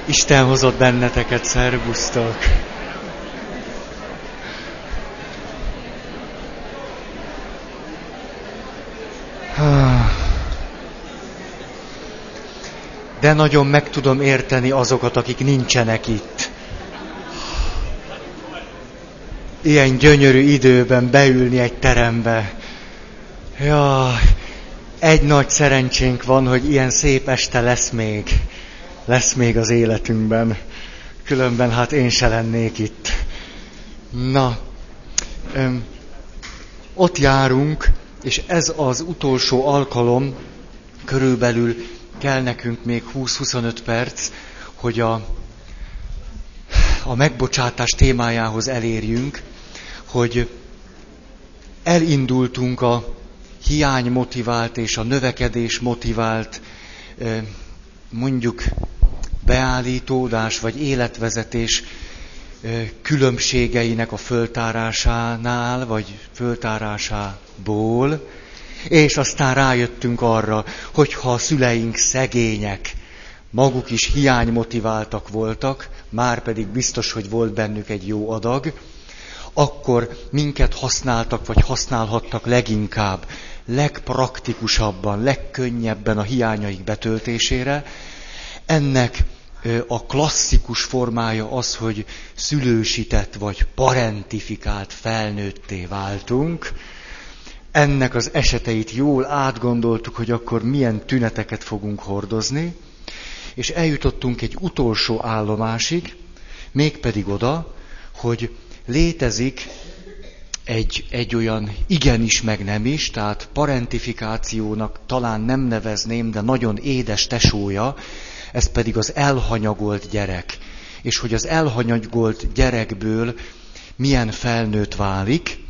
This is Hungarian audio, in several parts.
Isten hozott benneteket, szervusztok! De nagyon meg tudom érteni azokat, akik nincsenek itt. Ilyen gyönyörű időben beülni egy terembe. Jaj, egy nagy szerencsénk van, hogy ilyen szép este lesz még az életünkben. Különben hát én se lennék itt. Na, ott járunk, és ez az utolsó alkalom, körülbelül kell nekünk még 20-25 perc, hogy a megbocsátás témájához elérjünk, hogy elindultunk a hiány motivált és a növekedés motivált, mondjuk beállítódás vagy életvezetés különbségeinek a föltárásánál, vagy föltárásából, és aztán rájöttünk arra, hogy ha a szüleink szegények, maguk is hiánymotiváltak voltak, már pedig biztos, hogy volt bennük egy jó adag, akkor minket használtak, vagy használhattak leginkább, legpraktikusabban, legkönnyebben a hiányaik betöltésére. Ennek a klasszikus formája az, hogy szülősített vagy parentifikált felnőtté váltunk. Ennek az eseteit jól átgondoltuk, hogy akkor milyen tüneteket fogunk hordozni, és eljutottunk egy utolsó állomásig, mégpedig oda, hogy létezik egy olyan igenis meg nem is, tehát parentifikációnak talán nem nevezném, de nagyon édes tesója, ez pedig az elhanyagolt gyerek. És hogy az elhanyagolt gyerekből milyen felnőtt válik,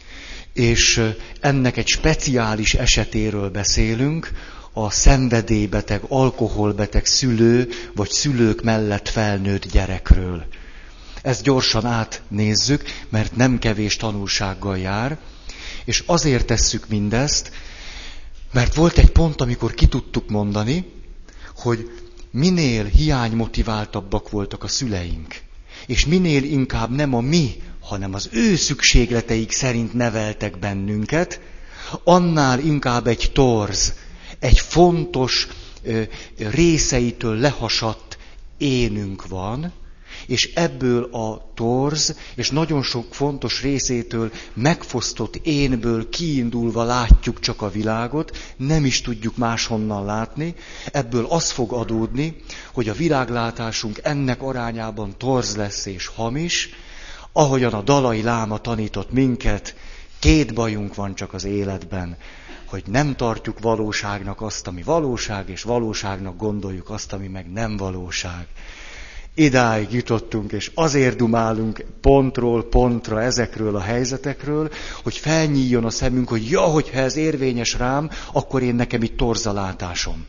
és ennek egy speciális esetéről beszélünk, a szenvedélybeteg, alkoholbeteg szülő vagy szülők mellett felnőtt gyerekről. Ezt gyorsan átnézzük, mert nem kevés tanulsággal jár, és azért tesszük mindezt, mert volt egy pont, amikor ki tudtuk mondani, hogy minél hiánymotiváltabbak voltak a szüleink, és minél inkább nem a mi, hanem az ő szükségleteik szerint neveltek bennünket, annál inkább egy torz, egy fontos részeitől lehasadt énünk van, és ebből a torz, és nagyon sok fontos részétől megfosztott énből kiindulva látjuk csak a világot, nem is tudjuk máshonnan látni, ebből az fog adódni, hogy a világlátásunk ennek arányában torz lesz és hamis, ahogyan a Dalai Láma tanított minket, 2 bajunk van csak az életben, hogy nem tartjuk valóságnak azt, ami valóság, és valóságnak gondoljuk azt, ami meg nem valóság. Idáig jutottunk, és azért dumálunk pontról pontra ezekről a helyzetekről, hogy felnyíljon a szemünk, hogy ja, hogyha ez érvényes rám, akkor én nekem itt torz a látásom.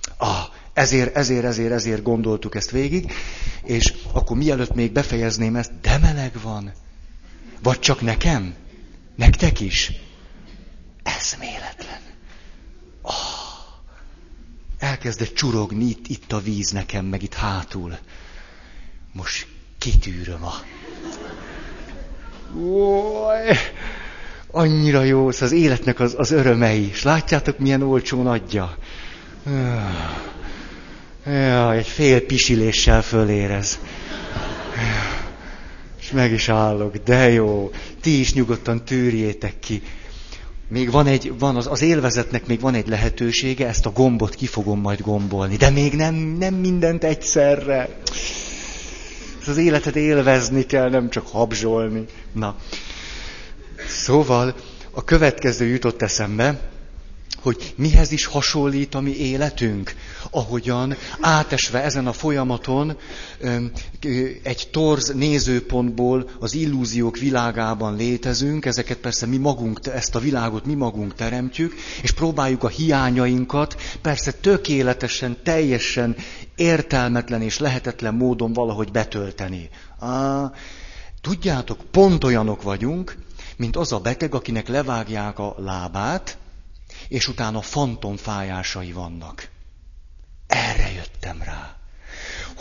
Ezért gondoltuk ezt végig, és akkor mielőtt még befejezném ezt, de meleg van. Vagy csak nekem? Nektek is? Eszméletlen. Elkezdett csurogni itt a víz nekem, meg itt hátul. Most kitűröm annyira jó, az életnek az örömei. És látjátok, milyen olcsón adja? Egy fél pisiléssel fölérez. És meg is állok, de jó. Ti is nyugodtan tűrjétek ki. Még van az élvezetnek még van egy lehetősége, ezt a gombot ki fogom majd gombolni. De még nem mindent egyszerre. Az életet élvezni kell, nem csak habzsolni. Na, szóval a következő jutott eszembe, hogy mihez is hasonlít a mi életünk, ahogyan átesve ezen a folyamaton egy torz nézőpontból az illúziók világában létezünk, ezeket persze mi magunk, ezt a világot mi magunk teremtjük, és próbáljuk a hiányainkat persze tökéletesen, teljesen értelmetlen és lehetetlen módon valahogy betölteni. Tudjátok, pont olyanok vagyunk, mint az a beteg, akinek levágják a lábát, és utána fantomfájásai vannak. Erre jöttem rá,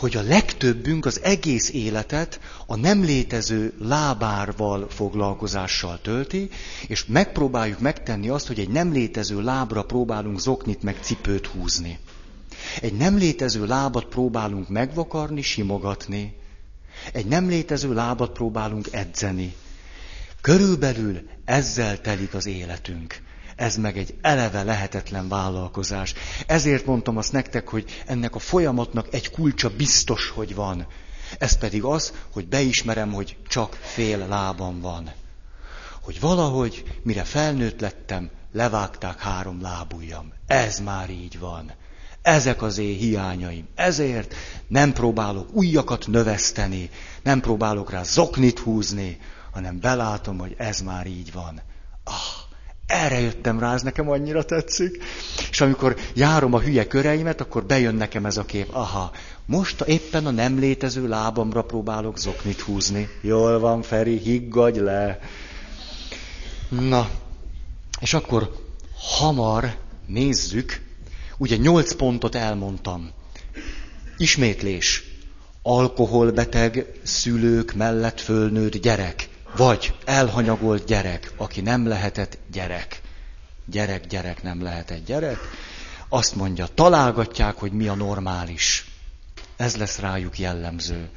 hogy a legtöbbünk az egész életet a nem létező lábárval foglalkozással tölti, és megpróbáljuk megtenni azt, hogy egy nem létező lábra próbálunk zoknit meg cipőt húzni. Egy nem létező lábat próbálunk megvakarni, simogatni. Egy nem létező lábat próbálunk edzeni. Körülbelül ezzel telik az életünk. Ez meg egy eleve lehetetlen vállalkozás. Ezért mondtam azt nektek, hogy ennek a folyamatnak egy kulcsa biztos, hogy van. Ez pedig az, hogy beismerem, hogy csak fél lábam van. Hogy valahogy, mire felnőtt lettem, levágták 3 lábujjam. Ez már így van. Ezek az én hiányaim. Ezért nem próbálok ujjakat növeszteni, nem próbálok rá zoknit húzni, hanem belátom, hogy ez már így van. Erre jöttem rá, ez nekem annyira tetszik. És amikor járom a hülye köreimet, akkor bejön nekem ez a kép. Most éppen a nem létező lábamra próbálok zoknit húzni. Jól van, Feri, higgadj le. Na, és akkor hamar nézzük. Ugye 8 pontot elmondtam. Ismétlés. Alkoholbeteg szülők mellett fölnőtt gyerek. Vagy elhanyagolt gyerek, aki nem lehetett gyerek. Gyerek nem lehetett gyerek. Azt mondja, találgatják, hogy mi a normális. Ez lesz rájuk jellemző.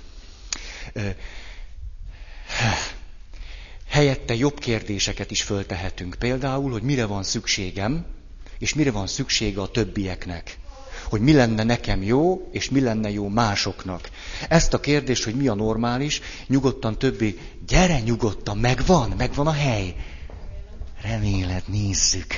Helyette jobb kérdéseket is föltehetünk. Például, hogy mire van szükségem, és mire van szüksége a többieknek. Hogy mi lenne nekem jó, és mi lenne jó másoknak. Ezt a kérdést, hogy mi a normális, nyugodtan többi, gyere nyugodtan, megvan a hely. Reméled, nézzük.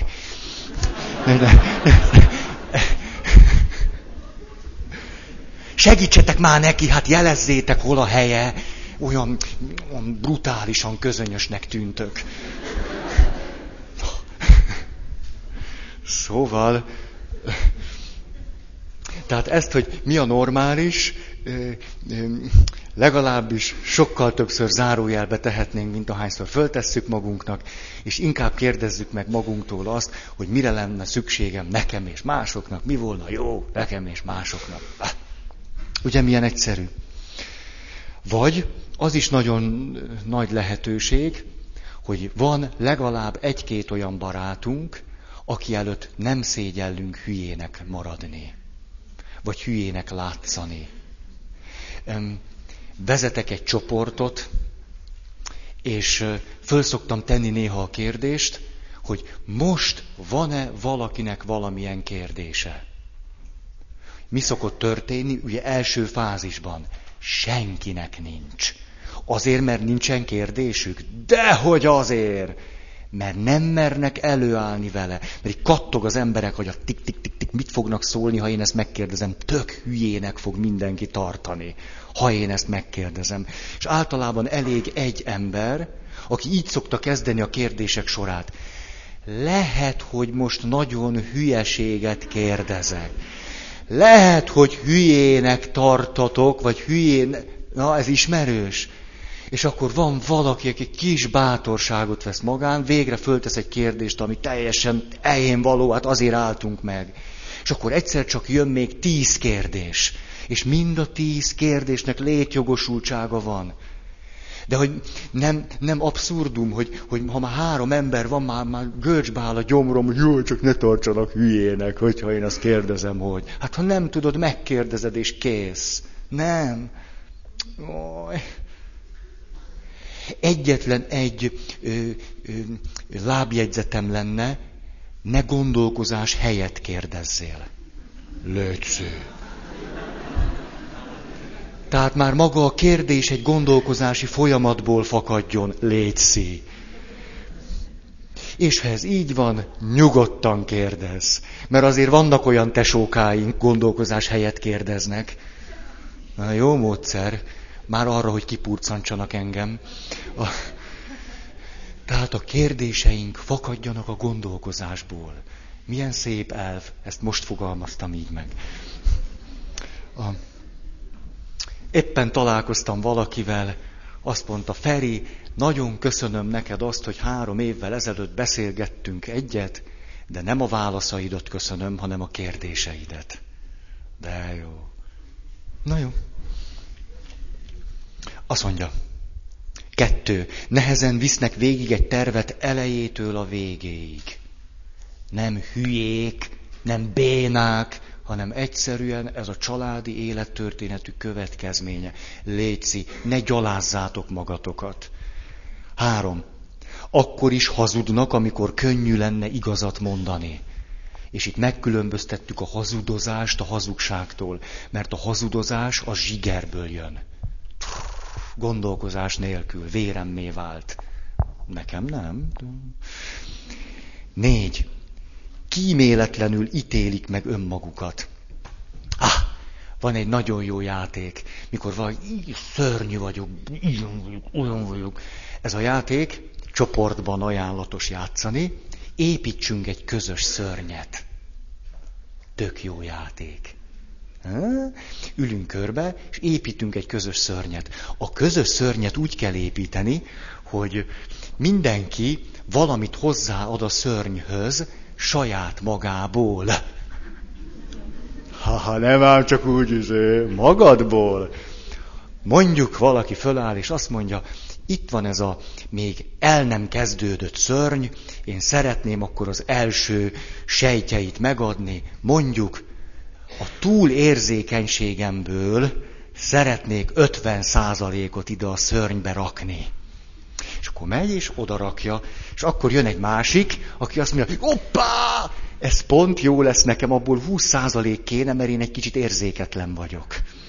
Segítsetek már neki, hát jelezzétek, hol a helye. Olyan brutálisan közönyösnek tűntök. Szóval... Tehát ezt, hogy mi a normális, legalábbis sokkal többször zárójelbe tehetnénk, mint ahányszor föltesszük magunknak, és inkább kérdezzük meg magunktól azt, hogy mire lenne szükségem nekem és másoknak, mi volna jó nekem és másoknak. Ugye milyen egyszerű? Vagy az is nagyon nagy lehetőség, hogy van legalább 1-2 olyan barátunk, aki előtt nem szégyellünk hülyének maradni. Vagy hülyének látszani. Vezetek egy csoportot, és föl szoktam tenni néha a kérdést, hogy most van-e valakinek valamilyen kérdése. Mi szokott történni? Ugye első fázisban senkinek nincs. Azért, mert nincsen kérdésük? Dehogy azért! Mert nem mernek előállni vele. Mert így kattog az emberek, hogy a tik-tik-tik-tik mit fognak szólni, ha én ezt megkérdezem. Tök hülyének fog mindenki tartani, ha én ezt megkérdezem. És általában elég egy ember, aki így szokta kezdeni a kérdések sorát. Lehet, hogy most nagyon hülyeséget kérdezek. Lehet, hogy hülyének tartatok, vagy hülyén... Na, ez ismerős. És akkor van valaki, aki kis bátorságot vesz magán, végre föltesz egy kérdést, ami teljesen eljén való, hát azért álltunk meg. És akkor egyszer csak jön még 10 kérdés. És mind a 10 kérdésnek létjogosultsága van. De hogy nem abszurdum, hogy ha már 3 ember van, már görcsbe a gyomrom, hogy jó, csak ne tartsanak hülyének, hogyha én azt kérdezem, hogy... Hát ha nem tudod, megkérdezed és kész. Nem. Egyetlen egy lábjegyzetem lenne, ne gondolkozás helyett kérdezzél. Légy. Tehát már maga a kérdés egy gondolkozási folyamatból fakadjon, légy. És ha ez így van, nyugodtan kérdezz. Mert azért vannak olyan tesókáink, gondolkozás helyett kérdeznek. Na, jó módszer. Már arra, hogy kipurcancsanak engem. Tehát a kérdéseink fakadjanak a gondolkozásból. Milyen szép elv, ezt most fogalmaztam így meg. Éppen találkoztam valakivel, azt mondta, Feri, nagyon köszönöm neked azt, hogy 3 évvel ezelőtt beszélgettünk egyet, de nem a válaszaidat köszönöm, hanem a kérdéseidet. De jó. Na jó. Azt mondja, 2. Nehezen visznek végig egy tervet elejétől a végéig. Nem hülyék, nem bénák, hanem egyszerűen ez a családi élettörténetű következménye. Léci, ne gyalázzátok magatokat. 3. Akkor is hazudnak, amikor könnyű lenne igazat mondani. És itt megkülönböztettük a hazudozást a hazugságtól, mert a hazudozás az zsigerből jön. Gondolkozás nélkül, véremmé vált. Nekem nem. 4. Kíméletlenül ítélik meg önmagukat. Van egy nagyon jó játék, mikor valami szörnyű vagyok, olyan vagyok. Ez a játék csoportban ajánlatos játszani, építsünk egy közös szörnyet. Tök jó játék. Ülünk körbe, és építünk egy közös szörnyet. A közös szörnyet úgy kell építeni, hogy mindenki valamit hozzáad a szörnyhöz saját magából. Nem ám csak úgy, magadból. Mondjuk valaki föláll, és azt mondja, itt van ez a még el nem kezdődött szörny, én szeretném akkor az első sejtjeit megadni. Mondjuk a túlérzékenységemből szeretnék 50%-ot ide a szörnybe rakni. És akkor megy, és oda rakja, és akkor jön egy másik, aki azt mondja, hoppá, ez pont jó lesz nekem, abból 20% kéne, mert én egy kicsit érzéketlen vagyok.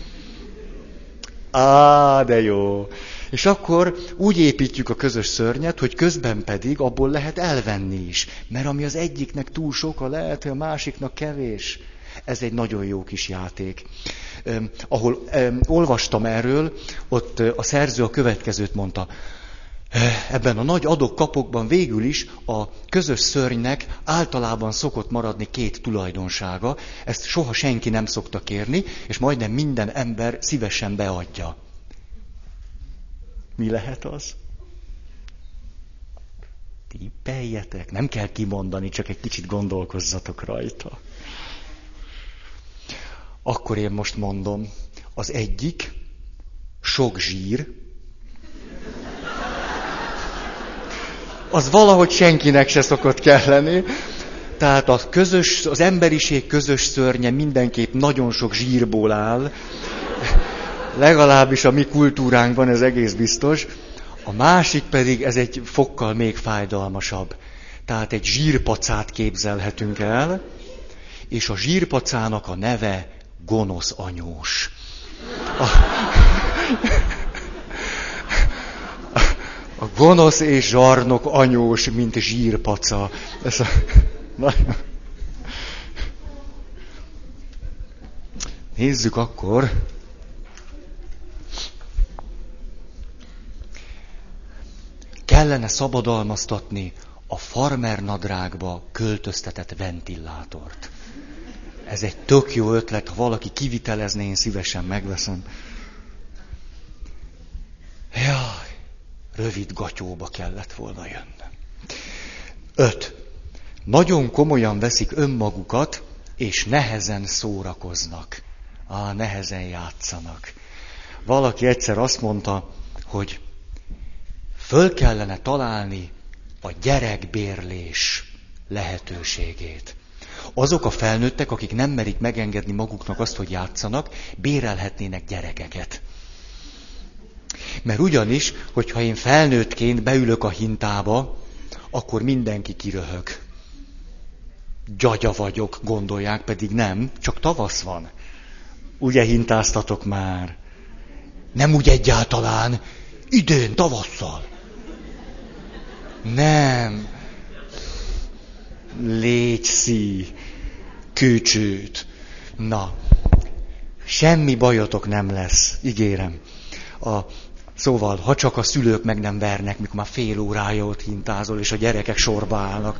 De jó. És akkor úgy építjük a közös szörnyet, hogy közben pedig abból lehet elvenni is. Mert ami az egyiknek túl sok, lehet, hogy a másiknak kevés. Ez egy nagyon jó kis játék. Ahol olvastam erről, ott a szerző a következőt mondta. Ebben a nagy adok-kapokban végül is a közös szörnynek általában szokott maradni 2 tulajdonsága. Ezt soha senki nem szokta kérni, és majdnem minden ember szívesen beadja. Mi lehet az? Tippeljetek, nem kell kimondani, csak egy kicsit gondolkozzatok rajta. Akkor én most mondom, az egyik sok zsír, az valahogy senkinek se szokott kelleni. Tehát az emberiség közös szörnye mindenképp nagyon sok zsírból áll. Legalábbis a mi kultúránkban ez egész biztos. A másik pedig, ez egy fokkal még fájdalmasabb. Tehát egy zsírpacát képzelhetünk el, és a zsírpacának a neve gonosz anyós. A gonosz és zsarnok anyós, mint zsírpaca. Nézzük akkor. Kellene szabadalmaztatni a farmernadrágba költöztetett ventilátort. Ez egy tök jó ötlet, ha valaki kivitelezné, én szívesen megveszem. Jaj, rövid gatyóba kellett volna jönnöm. 5. Nagyon komolyan veszik önmagukat, és nehezen szórakoznak. Nehezen játszanak. Valaki egyszer azt mondta, hogy föl kellene találni a gyerekbérlés lehetőségét. Azok a felnőttek, akik nem merik megengedni maguknak azt, hogy játszanak, bérelhetnének gyerekeket. Mert ugyanis, hogyha én felnőttként beülök a hintába, akkor mindenki kiröhög. Gyagya vagyok, gondolják, pedig nem, csak tavasz van. Ugye hintáztatok már? Nem úgy egyáltalán, idén, tavasszal. Nem. Légy szí, kőcsőt. Na, semmi bajotok nem lesz, ígérem. Szóval, ha csak a szülők meg nem vernek, mikor már fél órája ott hintázol, és a gyerekek sorba állnak.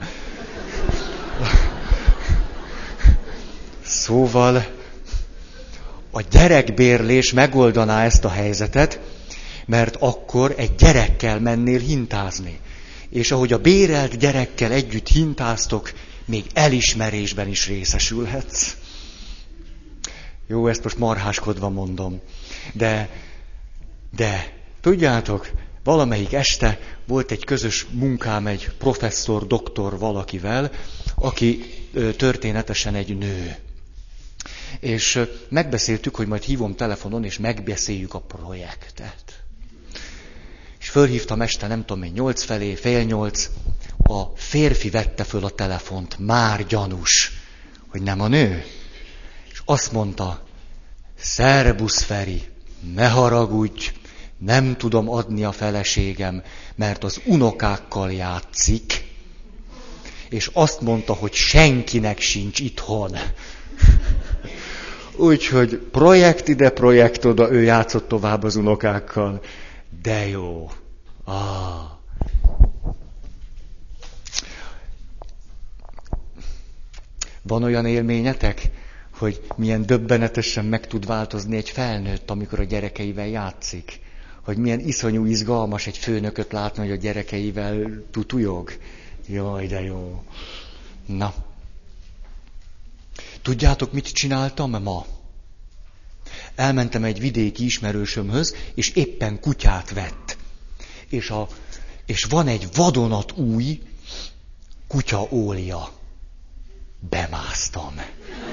Szóval, a gyerekbérlés megoldaná ezt a helyzetet, mert akkor egy gyerekkel mennél hintázni. És ahogy a bérelt gyerekkel együtt hintáztok, még elismerésben is részesülhetsz. Jó, ezt most marháskodva mondom. De Tudjátok, valamelyik este volt egy közös munkám egy professzor, doktor valakivel, aki történetesen egy nő. És megbeszéltük, hogy majd hívom telefonon, és megbeszéljük a projektet. És fölhívtam este, nem tudom én, 8 felé, fél 8, a férfi vette föl a telefont, már gyanús, hogy nem a nő. És azt mondta, szerbusz Feri, ne haragudj, nem tudom adni a feleségem, mert az unokákkal játszik, és azt mondta, hogy senkinek sincs itthon. Úgyhogy projekt ide, projekt oda, ő játszott tovább az unokákkal. De jó. Van olyan élményetek, hogy milyen döbbenetesen meg tud változni egy felnőtt, amikor a gyerekeivel játszik? Hogy milyen iszonyú izgalmas egy főnököt látni, hogy a gyerekeivel tutujog? Jaj, de jó. Na. Tudjátok, mit csináltam ma? Elmentem egy vidéki ismerősömhöz, és éppen kutyát vett. És van egy vadonatúj kutyaólja. Bemásztam.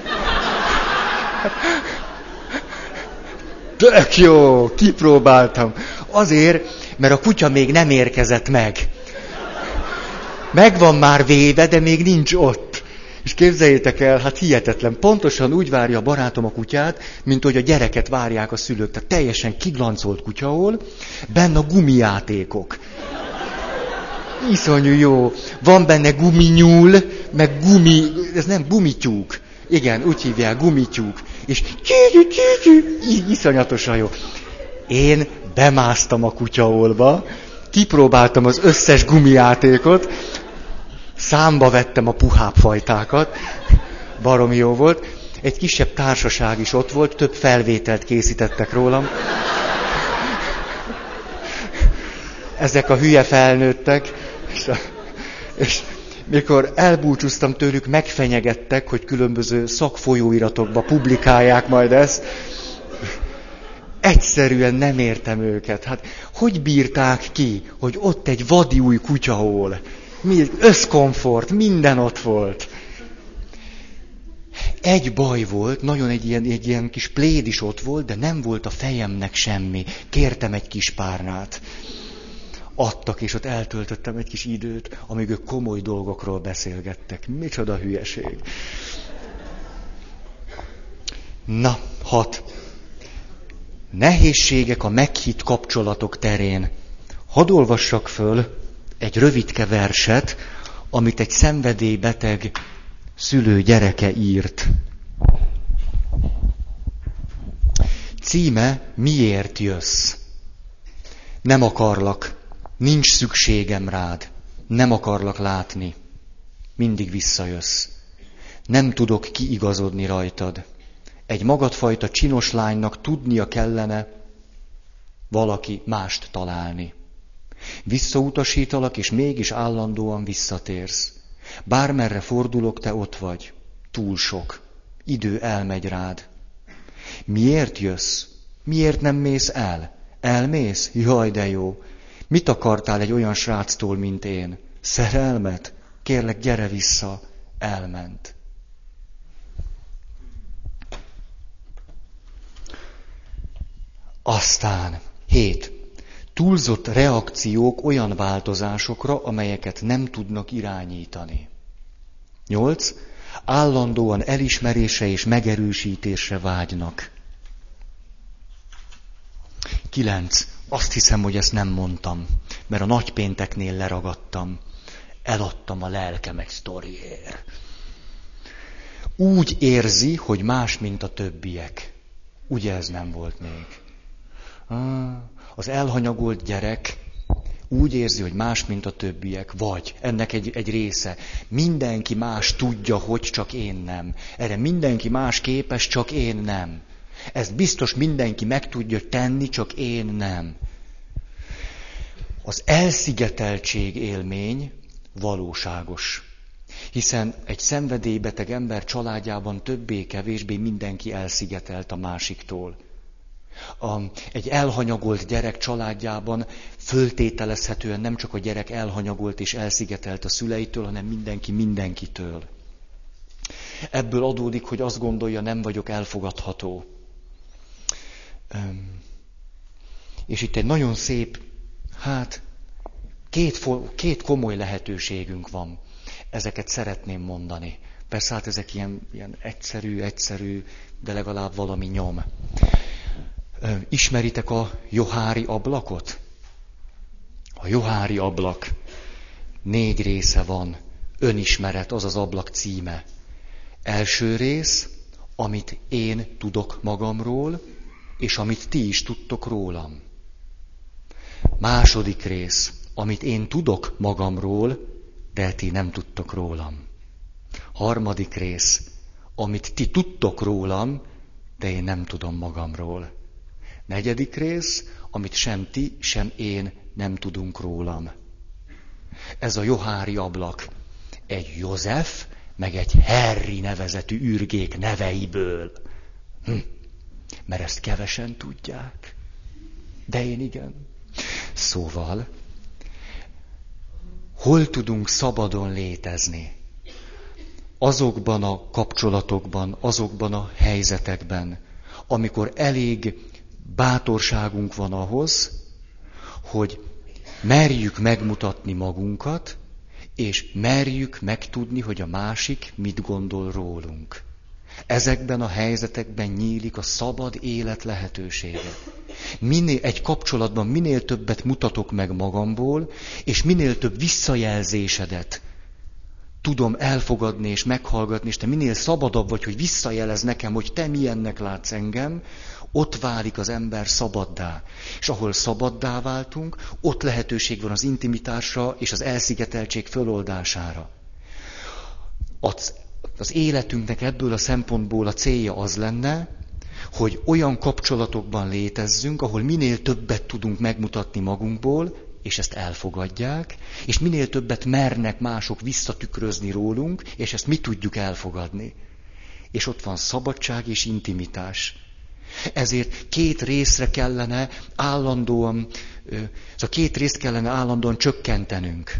Tök jó, kipróbáltam. Azért, mert a kutya még nem érkezett meg. Meg van már véve, de még nincs ott. És képzeljétek el, hát hihetetlen, pontosan úgy várja a barátom a kutyát, mint hogy a gyereket várják a szülők. Tehát teljesen kiglancolt kutyaól, benne a gumijátékok. Iszonyú jó. Van benne guminyúl, meg ez nem gumityúk. Igen, úgy hívják, gumityúk. És iszonyatosan jó. Én bemásztam a kutyaolba, kipróbáltam az összes gumijátékot, számba vettem a puhább fajtákat, baromi jó volt. Egy kisebb társaság is ott volt, több felvételt készítettek rólam. Ezek a hülye felnőttek, és mikor elbúcsúztam tőlük, megfenyegettek, hogy különböző szakfolyóiratokba publikálják majd ezt. Egyszerűen nem értem őket. Hát hogy bírták ki, hogy ott egy vadi új kutyaól? Összkomfort, minden ott volt. Egy baj volt, nagyon egy ilyen kis pléd is ott volt, de nem volt a fejemnek semmi. Kértem egy kis párnát. Adtak, és ott eltöltöttem egy kis időt, amíg ők komoly dolgokról beszélgettek. Micsoda hülyeség. Na, 6. Nehézségek a meghitt kapcsolatok terén. Hadd olvassak föl egy rövidke verset, amit egy szenvedélybeteg szülő gyereke írt. Címe, miért jössz? Nem akarlak, nincs szükségem rád, nem akarlak látni, mindig visszajössz. Nem tudok kiigazodni rajtad. Egy magadfajta csinos lánynak tudnia kellene valaki mást találni. Visszautasítalak, és mégis állandóan visszatérsz. Bármerre fordulok, te ott vagy. Túl sok. Idő elmegy rád. Miért jössz? Miért nem mész el? Elmész? Jaj, de jó. Mit akartál egy olyan sráctól, mint én? Szerelmet? Kérlek, gyere vissza. Elment. Aztán 7. Túlzott reakciók olyan változásokra, amelyeket nem tudnak irányítani. 8. Állandóan elismerése és megerősítésre vágynak. 9. Azt hiszem, hogy ezt nem mondtam, mert a nagypénteknél leragadtam. Eladtam a lelkem egy sztoriért. Úgy érzi, hogy más, mint a többiek. Ugye ez nem volt még? Az elhanyagolt gyerek úgy érzi, hogy más, mint a többiek. Vagy ennek egy része. Mindenki más tudja, hogy csak én nem. Erre mindenki más képes, csak én nem. Ezt biztos mindenki meg tudja tenni, csak én nem. Az elszigeteltség élmény valóságos. Hiszen egy szenvedélybeteg ember családjában többé-kevésbé mindenki elszigetelt a másiktól. Egy elhanyagolt gyerek családjában föltételezhetően nem csak a gyerek elhanyagolt és elszigetelt a szüleitől, hanem mindenki mindenkitől. Ebből adódik, hogy azt gondolja, nem vagyok elfogadható. És itt egy nagyon szép, két komoly lehetőségünk van. Ezeket szeretném mondani. Persze hát ezek ilyen egyszerű, de legalább valami nyom. Ismeritek a Johári ablakot? A Johári ablak 4 része van. Önismeret, az az ablak címe. Első rész, amit én tudok magamról, és amit ti is tudtok rólam. Második rész, amit én tudok magamról, de ti nem tudtok rólam. Harmadik rész, amit ti tudtok rólam, de én nem tudom magamról. Negyedik rész, amit sem ti, sem én nem tudunk rólam. Ez a Johári ablak egy József, meg egy Harry nevezetű űrgék neveiből. Mert ezt kevesen tudják. De én igen. Szóval, hol tudunk szabadon létezni? Azokban a kapcsolatokban, azokban a helyzetekben, amikor elég bátorságunk van ahhoz, hogy merjük megmutatni magunkat, és merjük megtudni, hogy a másik mit gondol rólunk. Ezekben a helyzetekben nyílik a szabad élet lehetősége. Egy kapcsolatban minél többet mutatok meg magamból, és minél több visszajelzésedet tudom elfogadni és meghallgatni, és te minél szabadabb vagy, hogy visszajelez nekem, hogy te milyennek látsz engem, ott válik az ember szabaddá. És ahol szabaddá váltunk, ott lehetőség van az intimitásra és az elszigeteltség föloldására. Az életünknek ebből a szempontból a célja az lenne, hogy olyan kapcsolatokban létezzünk, ahol minél többet tudunk megmutatni magunkból, és ezt elfogadják, és minél többet mernek mások visszatükrözni rólunk, és ezt mi tudjuk elfogadni. És ott van szabadság és intimitás. Ezért 2 részre kellene állandóan, csökkentenünk.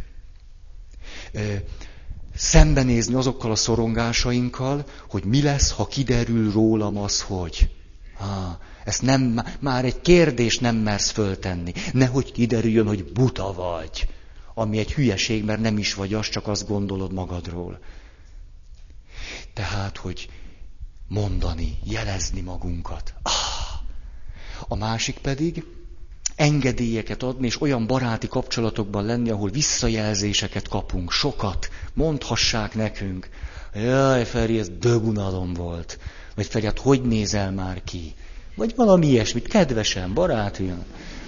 Szembenézni azokkal a szorongásainkkal, hogy mi lesz, ha kiderül rólam az, hogy... Ezt már egy kérdést nem mersz föltenni. Nehogy kiderüljön, hogy buta vagy. Ami egy hülyeség, mert nem is vagy az, csak azt gondolod magadról. Tehát, hogy mondani, jelezni magunkat. A másik pedig engedélyeket adni, és olyan baráti kapcsolatokban lenni, ahol visszajelzéseket kapunk, sokat, mondhassák nekünk. Jaj, Feri, ez dögunalom volt. Vagy Feri, hát hogy nézel már ki? Vagy valami ilyesmit, kedvesen, barátian.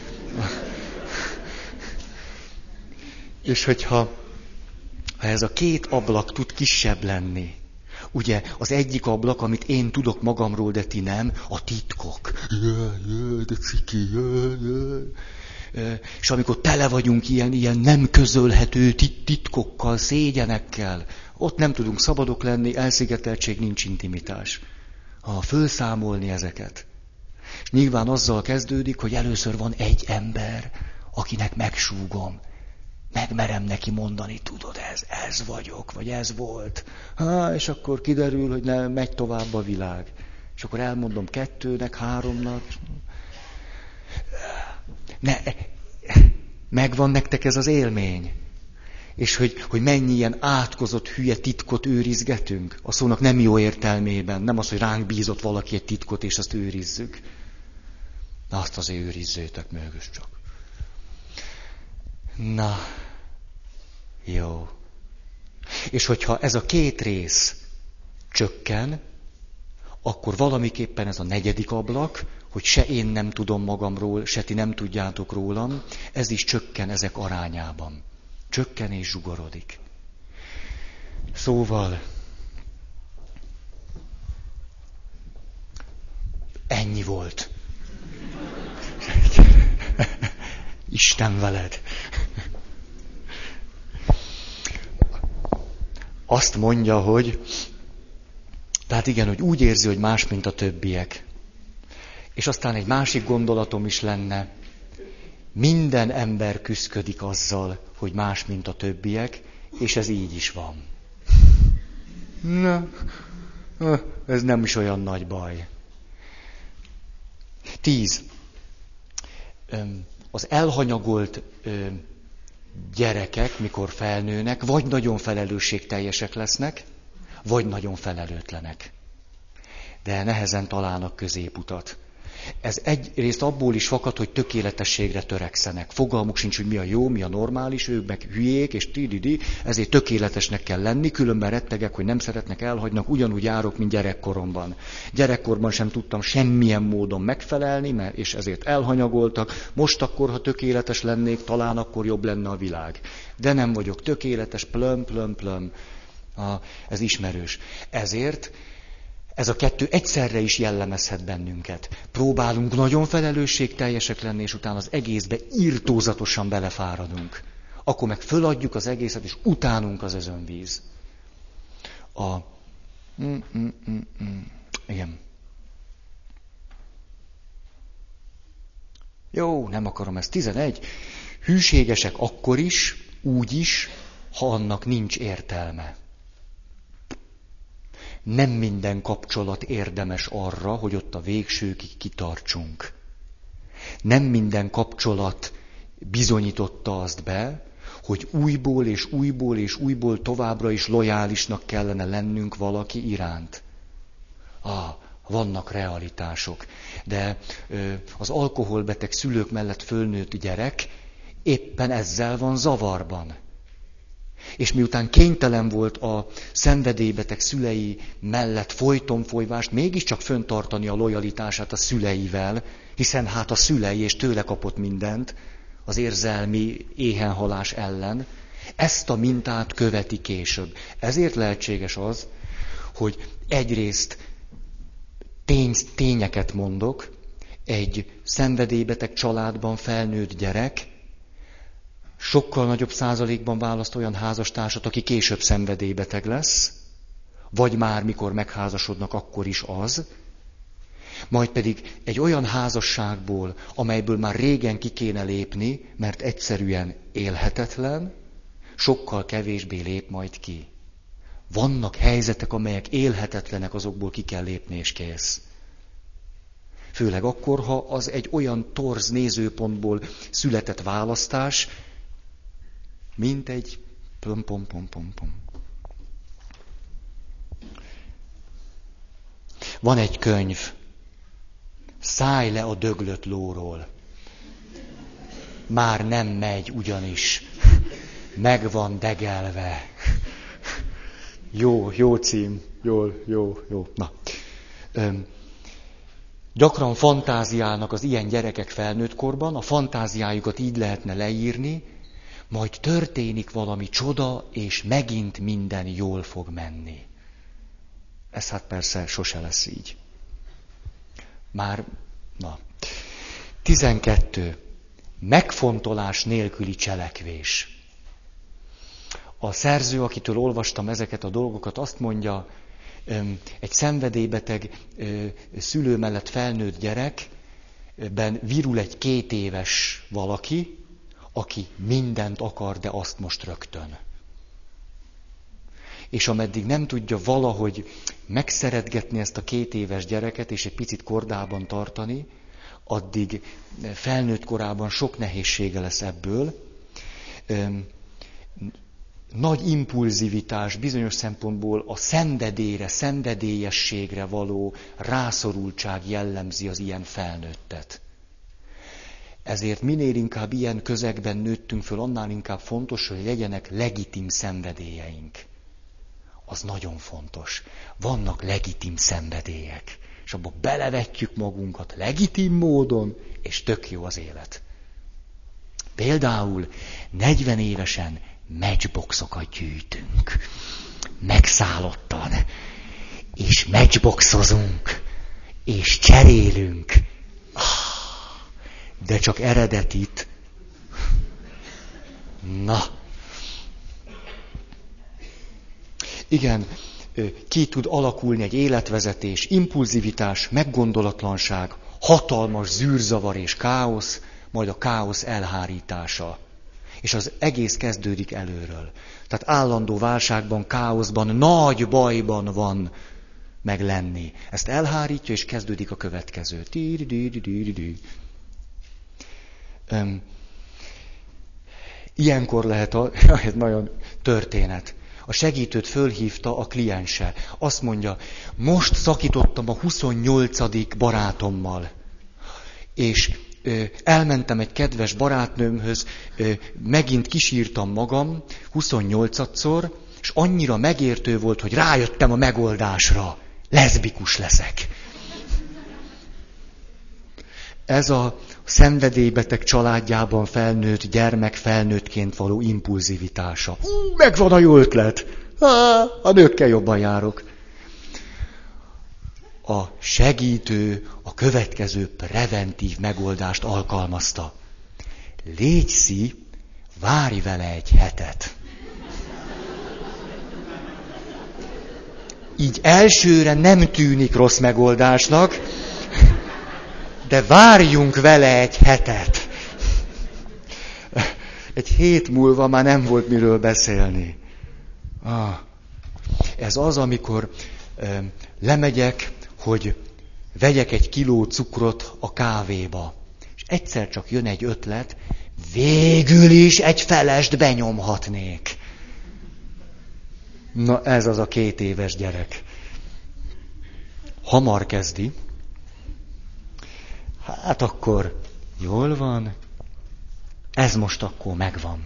És hogyha ez a 2 ablak tud kisebb lenni, ugye az egyik ablak, amit én tudok magamról, de ti nem, a titkok. De ciki, és amikor tele vagyunk ilyen nem közölhető titkokkal, szégyenekkel, ott nem tudunk szabadok lenni, elszigeteltség, nincs intimitás. Fölszámolni ezeket. És nyilván azzal kezdődik, hogy először van egy ember, akinek megsúgom. Megmerem neki mondani, tudod, ez vagyok, vagy ez volt. És akkor kiderül, hogy nem megy tovább a világ. És akkor elmondom 2-nek, 3-nak. Megvan nektek ez az élmény? És hogy mennyi ilyen átkozott hülye titkot őrizgetünk? A szónak nem jó értelmében. Nem az, hogy ránk bízott valaki egy titkot, és azt őrizzük. Na, azt azért őrizzétek mögös csak. Na, jó. És hogyha ez a 2 rész csökken, akkor valamiképpen ez a 4. ablak, hogy se én nem tudom magamról, se ti nem tudjátok rólam, ez is csökken ezek arányában. Csökken és zsugorodik. Szóval, ennyi volt. Isten veled. Azt mondja, hogy, tehát igen, hogy úgy érzi, hogy más, mint a többiek. És aztán egy másik gondolatom is lenne. Minden ember küszködik azzal, hogy más, mint a többiek, és ez így is van. Na, ez nem is olyan nagy baj. 10. Az elhanyagolt gyerekek, mikor felnőnek, vagy nagyon felelősségteljesek lesznek, vagy nagyon felelőtlenek. De nehezen találnak középutat. Ez egyrészt abból is fakad, hogy tökéletességre törekszenek. Fogalmuk sincs, hogy mi a jó, mi a normális, ők meg hülyék, és ezért tökéletesnek kell lenni, különben rettegek, hogy nem szeretnek, elhagynak, ugyanúgy járok, mint gyerekkoromban. Gyerekkorban sem tudtam semmilyen módon megfelelni, és ezért elhanyagoltak. Most akkor, ha tökéletes lennék, talán akkor jobb lenne a világ. De nem vagyok tökéletes, plöm. Ez ismerős. Ezért ez a kettő egyszerre is jellemezhet bennünket. Próbálunk nagyon felelősségteljesek lenni, és utána az egészbe irtózatosan belefáradunk. Akkor meg föladjuk az egészet, és utánunk az özönvíz. Igen. Jó, nem akarom ezt. 11. Hűségesek akkor is, úgy is, ha annak nincs értelme. Nem minden kapcsolat érdemes arra, hogy ott a végsőkig kitartsunk. Nem minden kapcsolat bizonyította azt be, hogy újból továbbra is lojálisnak kellene lennünk valaki iránt. Vannak realitások. De az alkoholbeteg szülők mellett fölnőtt gyerek éppen ezzel van zavarban. És miután kénytelen volt a szenvedélybeteg szülei mellett folyvást, mégiscsak föntartani a lojalitását a szüleivel, hiszen hát a szülei és tőle kapott mindent az érzelmi éhenhalás ellen, ezt a mintát követi később. Ezért lehetséges az, hogy egyrészt tényeket mondok, egy szenvedélybeteg családban felnőtt gyerek sokkal nagyobb százalékban választ olyan házastársat, aki később szenvedélybeteg lesz, vagy már mikor megházasodnak, akkor is az, majd pedig egy olyan házasságból, amelyből már régen ki kéne lépni, mert egyszerűen élhetetlen, sokkal kevésbé lép majd ki. Vannak helyzetek, amelyek élhetetlenek, azokból ki kell lépni, és kész. Főleg akkor, ha az egy olyan torz nézőpontból született választás, mint egy pom. Van egy könyv, Szállj le a döglött lóról. Már nem megy ugyanis. Meg van degelve. Jó cím. Jó. Na. Gyakran fantáziálnak az ilyen gyerekek felnőtt korban, a fantáziájukat így lehetne leírni, majd történik valami csoda, és megint minden jól fog menni. Ez hát persze sose lesz így. 12. Megfontolás nélküli cselekvés. A szerző, akitől olvastam ezeket a dolgokat, azt mondja, egy szenvedélybeteg szülő mellett felnőtt gyerekben virul egy 2 éves valaki, aki mindent akar, de azt most rögtön. És ameddig nem tudja valahogy megszeretgetni ezt a 2 éves gyereket, és egy picit kordában tartani, addig felnőtt korában sok nehézsége lesz ebből. Nagy impulzivitás, bizonyos szempontból a szenvedélyre, szenvedélyességre való rászorultság jellemzi az ilyen felnőttet. Ezért minél inkább ilyen közegben nőttünk föl, annál inkább fontos, hogy legyenek legitim szenvedélyeink. Az nagyon fontos. Vannak legitim szenvedélyek, és abba belevetjük magunkat legitim módon, és tök jó az élet. Például 40 évesen matchboxokat gyűjtünk. Megszállottan. És matchboxozunk. És cserélünk. De csak eredetit. Na. Igen, ki tud alakulni egy életvezetés, impulzivitás, meggondolatlanság, hatalmas zűrzavar és káosz, majd a káosz elhárítása. És az egész kezdődik előről. Tehát állandó válságban, káoszban, nagy bajban van meg lenni. Ezt elhárítja, és kezdődik a következő. Ilyenkor lehet ez nagyon történet. A segítőt fölhívta a kliense. Azt mondja, most szakítottam a 28. barátommal. És elmentem egy kedves barátnőmhöz, megint kisírtam magam 28-szor, és annyira megértő volt, hogy rájöttem a megoldásra. Leszbikus leszek. Ez a szenvedélybeteg családjában felnőtt gyermek felnőttként való impulzivitása. Megvan a jó ötlet. A nőkkel jobban járok. A segítő a következő preventív megoldást alkalmazta. Légy, várj vele egy hetet. Így elsőre nem tűnik rossz megoldásnak, de várjunk vele egy hetet. Egy hét múlva már nem volt miről beszélni. Ez az, amikor lemegyek, hogy vegyek egy kiló cukrot a kávéba. És egyszer csak jön egy ötlet, végül is egy felest benyomhatnék. Na ez az a 2 éves gyerek. Hamar kezdi. Hát akkor jól van. Ez most akkor megvan.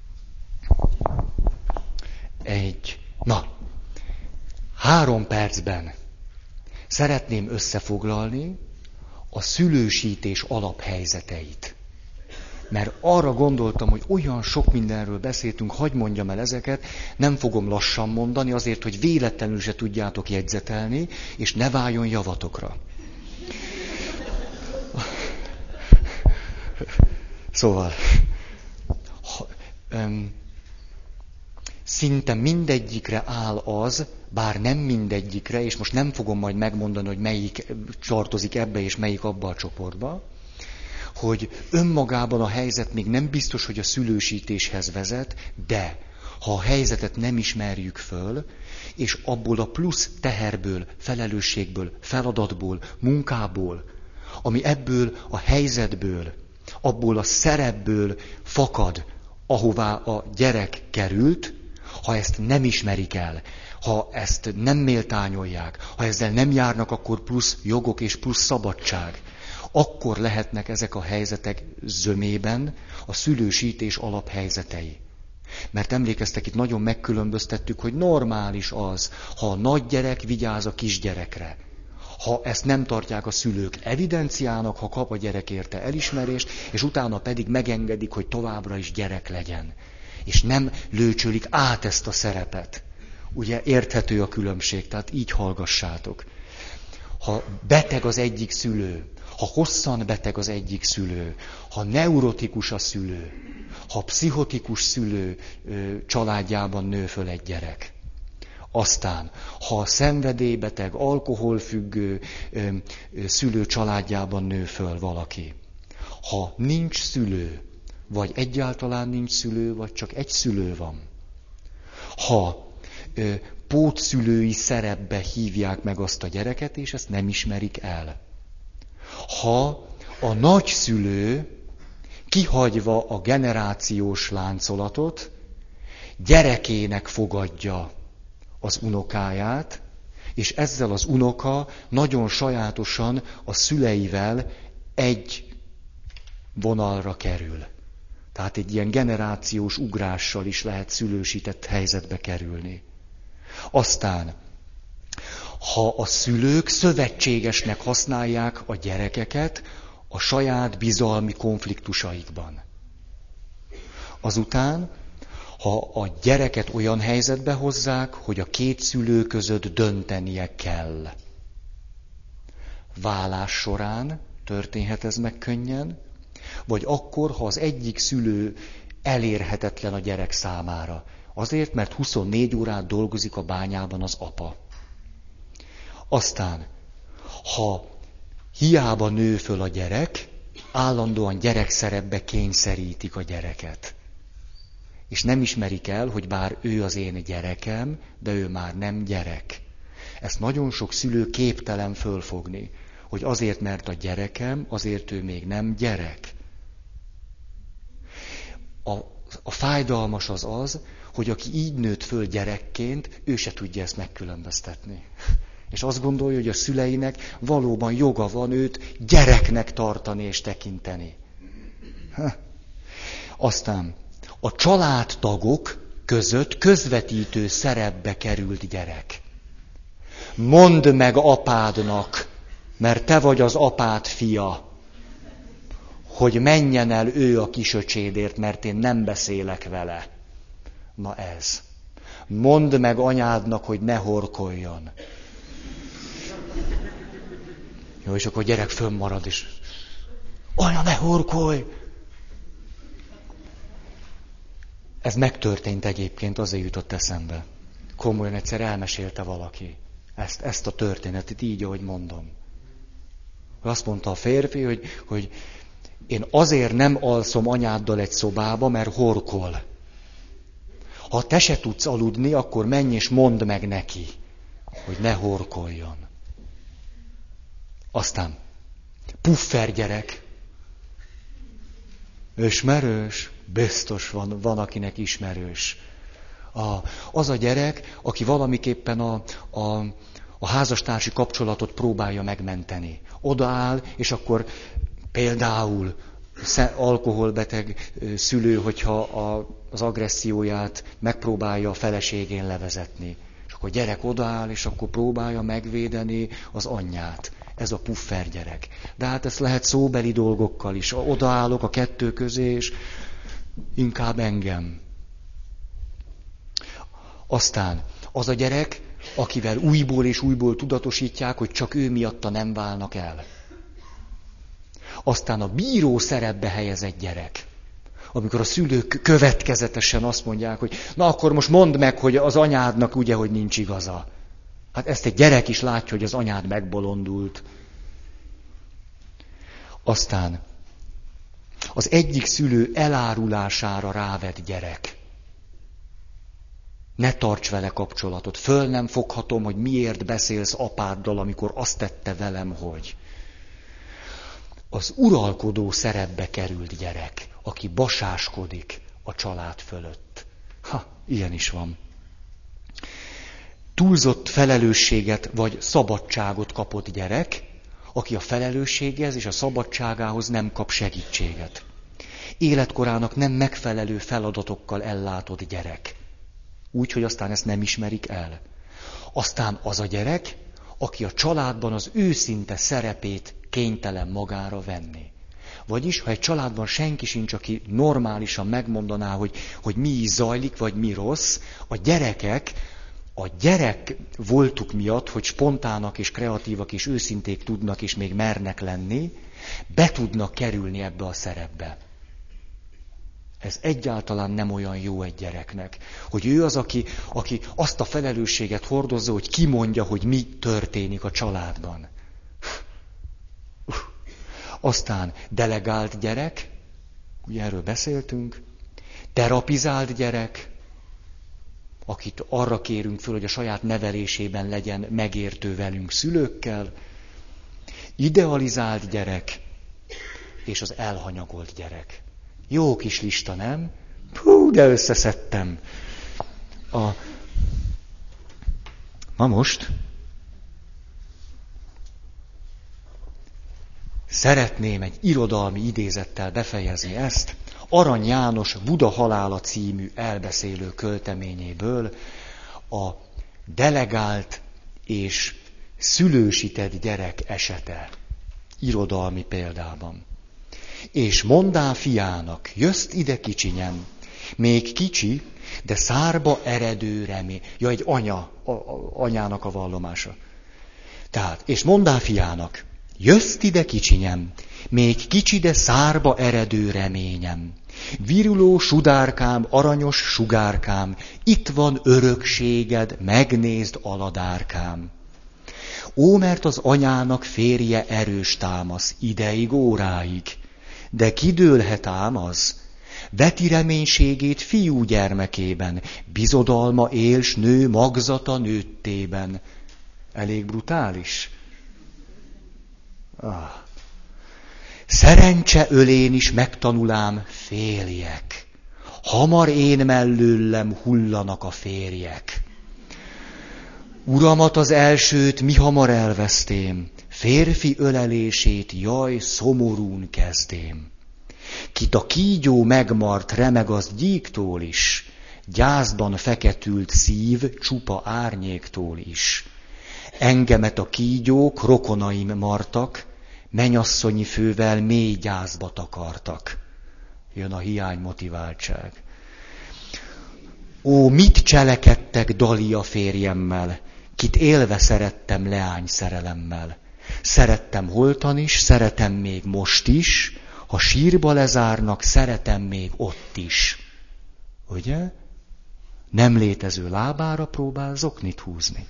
3 percben szeretném összefoglalni a szülősítés alaphelyzeteit. Mert arra gondoltam, hogy olyan sok mindenről beszéltünk, hadd mondjam el ezeket, nem fogom lassan mondani, azért, hogy véletlenül se tudjátok jegyzetelni, és ne váljon javatokra. Szóval, szinte mindegyikre áll az, bár nem mindegyikre, és most nem fogom majd megmondani, hogy melyik tartozik ebbe és melyik abba a csoportba, hogy önmagában a helyzet még nem biztos, hogy a szülősítéshez vezet, de ha a helyzetet nem ismerjük föl, és abból a plusz teherből, felelősségből, feladatból, munkából, ami ebből a helyzetből, abból a szerepből fakad, ahová a gyerek került, ha ezt nem ismerik el, ha ezt nem méltányolják, ha ezzel nem járnak, akkor plusz jogok és plusz szabadság, akkor lehetnek ezek a helyzetek zömében a szülősítés alaphelyzetei. Mert emlékeztek, itt nagyon megkülönböztettük, hogy normális az, ha a nagy gyerek vigyáz a kisgyerekre. Ha ezt nem tartják a szülők evidenciának, ha kap a gyerek érte elismerést, és utána pedig megengedik, hogy továbbra is gyerek legyen. És nem lőcsölik át ezt a szerepet. Ugye érthető a különbség, tehát így hallgassátok. Ha beteg az egyik szülő, ha hosszan beteg az egyik szülő, ha neurotikus a szülő, ha pszichotikus szülő családjában nő föl egy gyerek. Aztán, ha szenvedélybeteg, alkoholfüggő szülő családjában nő föl valaki. Ha nincs szülő, vagy egyáltalán nincs szülő, vagy csak egy szülő van. Ha pótszülői szerepbe hívják meg azt a gyereket, és ezt nem ismerik el. Ha a nagyszülő kihagyva a generációs láncolatot, gyerekének fogadja az unokáját, és ezzel az unoka nagyon sajátosan a szüleivel egy vonalra kerül. Tehát egy ilyen generációs ugrással is lehet szülősített helyzetbe kerülni. Aztán, ha a szülők szövetségesnek használják a gyerekeket a saját bizalmi konfliktusaikban. Azután, ha a gyereket olyan helyzetbe hozzák, hogy a 2 szülő között döntenie kell. Válás során történhet ez meg könnyen, vagy akkor, ha az egyik szülő elérhetetlen a gyerek számára. Azért, mert 24 órát dolgozik a bányában az apa. Aztán, ha Hiába nő föl a gyerek, állandóan gyerekszerepbe kényszerítik a gyereket. És nem ismerik el, hogy bár ő az én gyerekem, de ő már nem gyerek. Ezt nagyon sok szülő képtelen fölfogni, hogy azért, mert a gyerekem, azért ő még nem gyerek. A fájdalmas az, hogy aki így nőtt föl gyerekként, ő se tudja ezt megkülönböztetni. És azt gondolja, hogy a szüleinek valóban joga van őt gyereknek tartani és tekinteni. Aztán a családtagok között közvetítő szerepbe került gyerek. Mondd meg apádnak, mert te vagy az apád fia, hogy menjen el ő a kisöcsédért, mert én nem beszélek vele. Na ez. Mondd meg anyádnak, hogy ne horkoljon. Jó, és akkor a gyerek fönnmarad is. Anya, ne horkolj! Ez megtörtént egyébként, azért jutott eszembe. Komolyan egyszer elmesélte valaki ezt a történetet, így, ahogy mondom. Azt mondta a férfi, hogy én azért nem alszom anyáddal egy szobába, mert horkol. Ha te se tudsz aludni, akkor menj és mondd meg neki, hogy ne horkoljon. Aztán puffer gyerek. Ismerős? Biztos van akinek ismerős. Az a gyerek, aki valamiképpen a házastársi kapcsolatot próbálja megmenteni. Odaáll, és akkor például alkoholbeteg szülő, hogyha az agresszióját megpróbálja a feleségén levezetni. És akkor a gyerek odaáll, és akkor próbálja megvédeni az anyját. Ez a puffer gyerek. De hát ez lehet szóbeli dolgokkal is. Odaállok a kettő közé, és inkább engem. Aztán az a gyerek, akivel újból és újból tudatosítják, hogy csak ő miatta nem válnak el. Aztán a bíró szerepbe helyezett gyerek. Amikor a szülők következetesen azt mondják, hogy na akkor most mondd meg, hogy az anyádnak ugye, hogy nincs igaza. Hát ezt egy gyerek is látja, hogy az anyád megbolondult. Aztán az egyik szülő elárulására rávett gyerek. Ne tarts vele kapcsolatot. Föl nem foghatom, hogy miért beszélsz apáddal, amikor azt tette velem, hogy. Az uralkodó szerepbe került gyerek, aki basáskodik a család fölött. Ilyen is van. Túlzott felelősséget vagy szabadságot kapott gyerek, aki a felelősséghez és a szabadságához nem kap segítséget. Életkorának nem megfelelő feladatokkal ellátott gyerek. Úgy, hogy aztán ezt nem ismerik el. Aztán az a gyerek, aki a családban az őszinte szerepét kénytelen magára venni. Vagyis, ha egy családban senki sincs, aki normálisan megmondaná, hogy mi is zajlik, vagy mi rossz, a gyerekek a gyerek voltuk miatt, hogy spontának és kreatívak és őszinték tudnak és még mernek lenni, be tudnak kerülni ebbe a szerepbe. Ez egyáltalán nem olyan jó egy gyereknek, hogy ő az, aki azt a felelősséget hordozza, hogy kimondja, hogy mi történik a családban. Aztán delegált gyerek, ugye erről beszéltünk, terapizált gyerek, akit arra kérünk föl, hogy a saját nevelésében legyen megértő velünk szülőkkel, idealizált gyerek, és az elhanyagolt gyerek. Jó kis lista, nem? De összeszedtem. Na most szeretném egy irodalmi idézettel befejezni ezt. Arany János Buda halála című elbeszélő költeményéből a delegált és szülősített gyerek esete irodalmi példában. És mondá fiának, jössz ide kicsinyem, még kicsi, de szárba eredő remény. Ja, egy anyának a vallomása. Tehát, és mondá fiának, jössz ide kicsinyem, még kicsi, de szárba eredő reményem. Viruló sudárkám, aranyos sugárkám, itt van örökséged, megnézd aladárkám. Ó, mert az anyának férje erős támasz, ideig, óráig. De kidőlhet ám az? Veti reménységét fiú gyermekében, bizodalma él, s nő magzata nőttében. Elég brutális. Szerencse ölén is megtanulám, féljek. Hamar én mellőlem hullanak a férjek. Uramat az elsőt mi hamar elvesztém, férfi ölelését jaj szomorún kezdém. Kit a kígyó megmart, remeg az gyíktól is, gyászban feketült szív csupa árnyéktól is. Engemet a kígyók, rokonaim martak, mennyasszonyi fővel mély gyászba takartak. Jön a hiánymotiváltság. Ó, mit cselekedtek Dalia férjemmel, kit élve szerettem leány szerelemmel. Szerettem holtan is, szeretem még most is, ha sírba lezárnak, szeretem még ott is. Ugye? Nem létező lábára próbál zoknit húzni.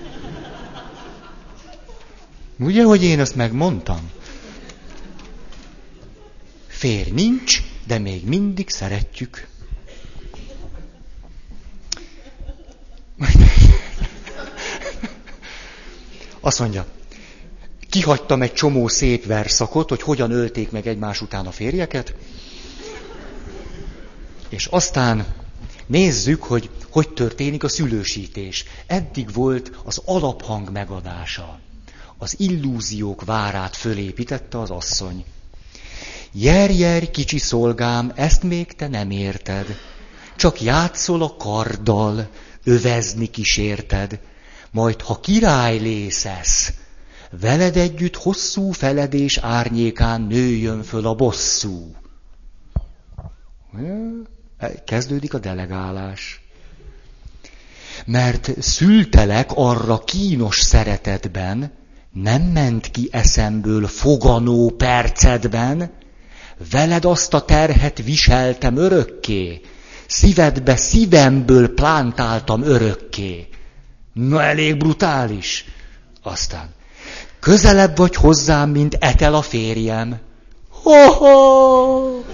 Ugye, hogy én ezt megmondtam? Férj nincs, de még mindig szeretjük. Azt mondja, kihagytam egy csomó szép verszakot, hogy hogyan ölték meg egymás után a férjeket, és aztán nézzük, hogy történik a szülősítés. Eddig volt az alaphang megadása. Az illúziók várát fölépítette az asszony. Jerj, kicsi szolgám, ezt még te nem érted. Csak játszol a karddal, övezni kísérted. Majd, ha király lészesz, veled együtt hosszú feledés árnyékán nőjön föl a bosszú. Kezdődik a delegálás. Mert szültelek arra kínos szeretetben, nem ment ki eszemből foganó percedben, veled azt a terhet viseltem örökké, szívedbe szívemből plántáltam örökké. Na, elég brutális. Aztán, közelebb vagy hozzám, mint Etel a férjem. Ho-ho!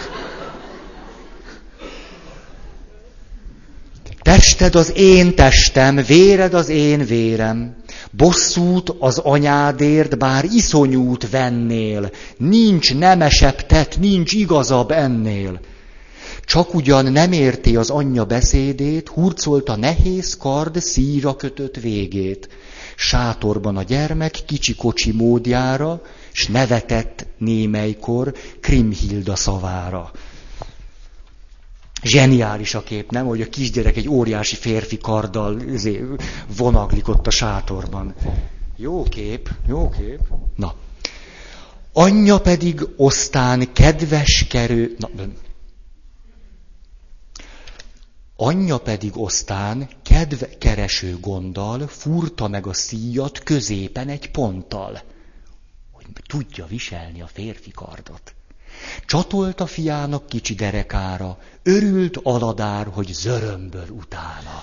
Tested az én testem, véred az én vérem. Bosszút az anyádért, bár iszonyút vennél. Nincs nemesebb tett, nincs igazabb ennél. Csak ugyan nem érti az anyja beszédét, hurcolta nehéz kard szíjra kötött végét. Sátorban a gyermek kicsi-kocsi módjára, s nevetett némelykor Krimhilda szavára. Zseniális a kép, nem? Hogy a kisgyerek egy óriási férfi karddal vonaglik ott a sátorban. Jó kép, jó kép. Na. Anyja pedig osztán kedveskerő... Anyja pedig osztán kedvkereső gonddal fúrta meg a szíjat középen egy ponttal, hogy tudja viselni a férfi kardot. Csatolt a fiának kicsi derekára, örült Aladár, hogy zörömböl utána.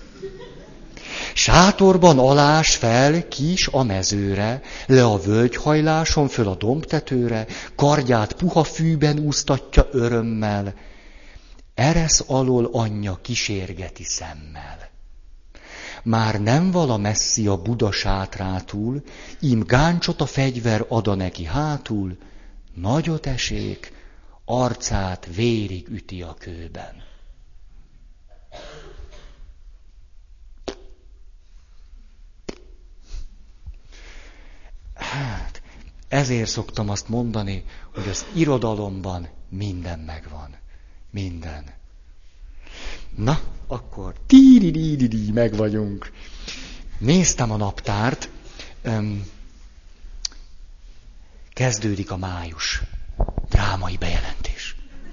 Sátorban alás fel kis a mezőre, le a völgyhajláson föl a dombtetőre, kardját puha fűben úsztatja örömmel, eresz alól anyja kísérgeti szemmel. Már nem vala messzi a Buda sátrától, ím gáncsot a fegyver ad a neki hátul, nagyot esék, arcát vérig üti a kőben. Hát, ezért szoktam azt mondani, hogy az irodalomban minden megvan. Minden. Na, akkor meg vagyunk. Néztem a naptárt. Kezdődik a május. Drámai bejelentés.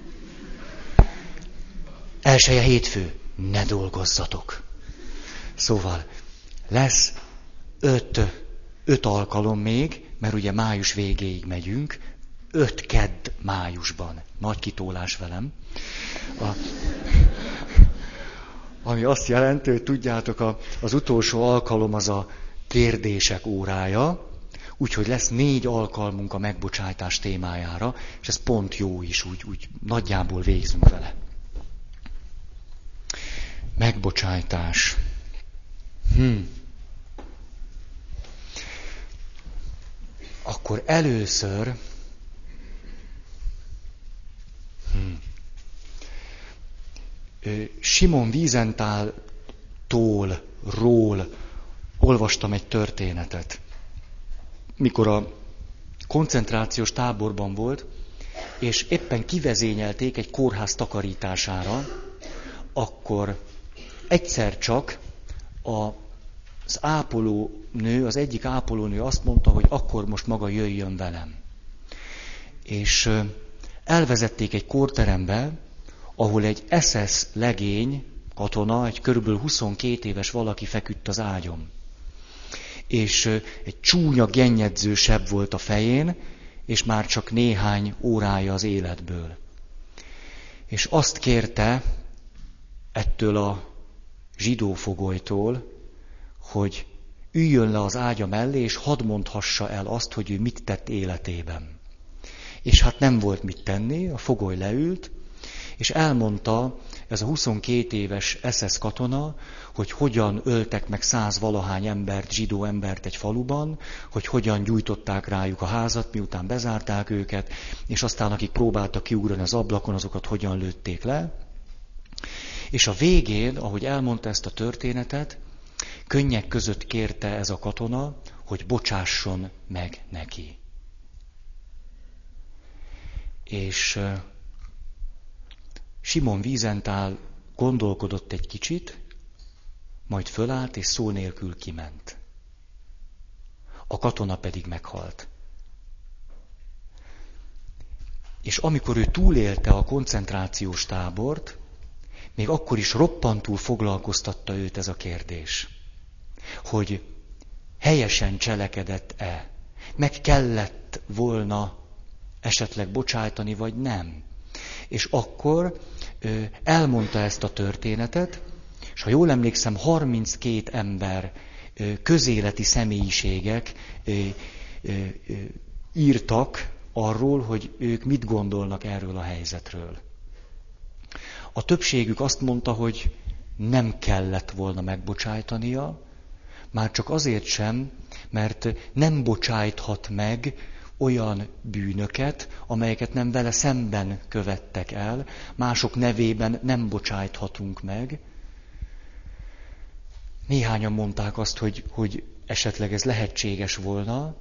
Elsője hétfő. Ne dolgozzatok. Szóval lesz 5 alkalom még, mert ugye május végéig megyünk. 5 kedd májusban. Nagy kitólás velem. Ami azt jelenti, hogy tudjátok, az utolsó alkalom az a kérdések órája, úgyhogy lesz 4 alkalmunk a megbocsátás témájára, és ez pont jó is, úgy nagyjából végzünk vele. Megbocsátás. Akkor először Simon Wiesenthal-ról olvastam egy történetet. Mikor a koncentrációs táborban volt, és éppen kivezényelték egy kórház takarítására, akkor egyszer csak az ápolónő, az egyik ápolónő azt mondta, hogy akkor most maga jöjjön velem. És elvezették egy kórterembe, ahol egy SS legény, katona, egy körülbelül 22 éves valaki feküdt az ágyon. És egy csúnya, gennyedző seb volt a fején, és már csak néhány órája az életből. És azt kérte ettől a zsidó fogolytól, hogy üljön le az ágya mellé, és hadd mondhassa el azt, hogy ő mit tett életében. És hát nem volt mit tenni, a fogoly leült, és elmondta ez a 22 éves SS katona, hogy hogyan öltek meg 100 valahány embert, zsidó embert egy faluban, hogy hogyan gyújtották rájuk a házat, miután bezárták őket, és aztán akik próbáltak kiugrani az ablakon, azokat hogyan lőtték le. És a végén, ahogy elmondta ezt a történetet, könnyek között kérte ez a katona, hogy bocsásson meg neki. És Simon Wiesenthal gondolkodott egy kicsit, majd fölállt és szó nélkül kiment. A katona pedig meghalt. És amikor ő túlélte a koncentrációs tábort, még akkor is roppantul foglalkoztatta őt ez a kérdés, hogy helyesen cselekedett-e, meg kellett volna esetleg bocsájtani, vagy nem. És akkor elmondta ezt a történetet, és ha jól emlékszem, 32 ember, közéleti személyiségek írtak arról, hogy ők mit gondolnak erről a helyzetről. A többségük azt mondta, hogy nem kellett volna megbocsájtania, már csak azért sem, mert nem bocsájthat meg olyan bűnöket, amelyeket nem vele szemben követtek el, mások nevében nem bocsájthatunk meg. Néhányan mondták azt, hogy esetleg ez lehetséges volna.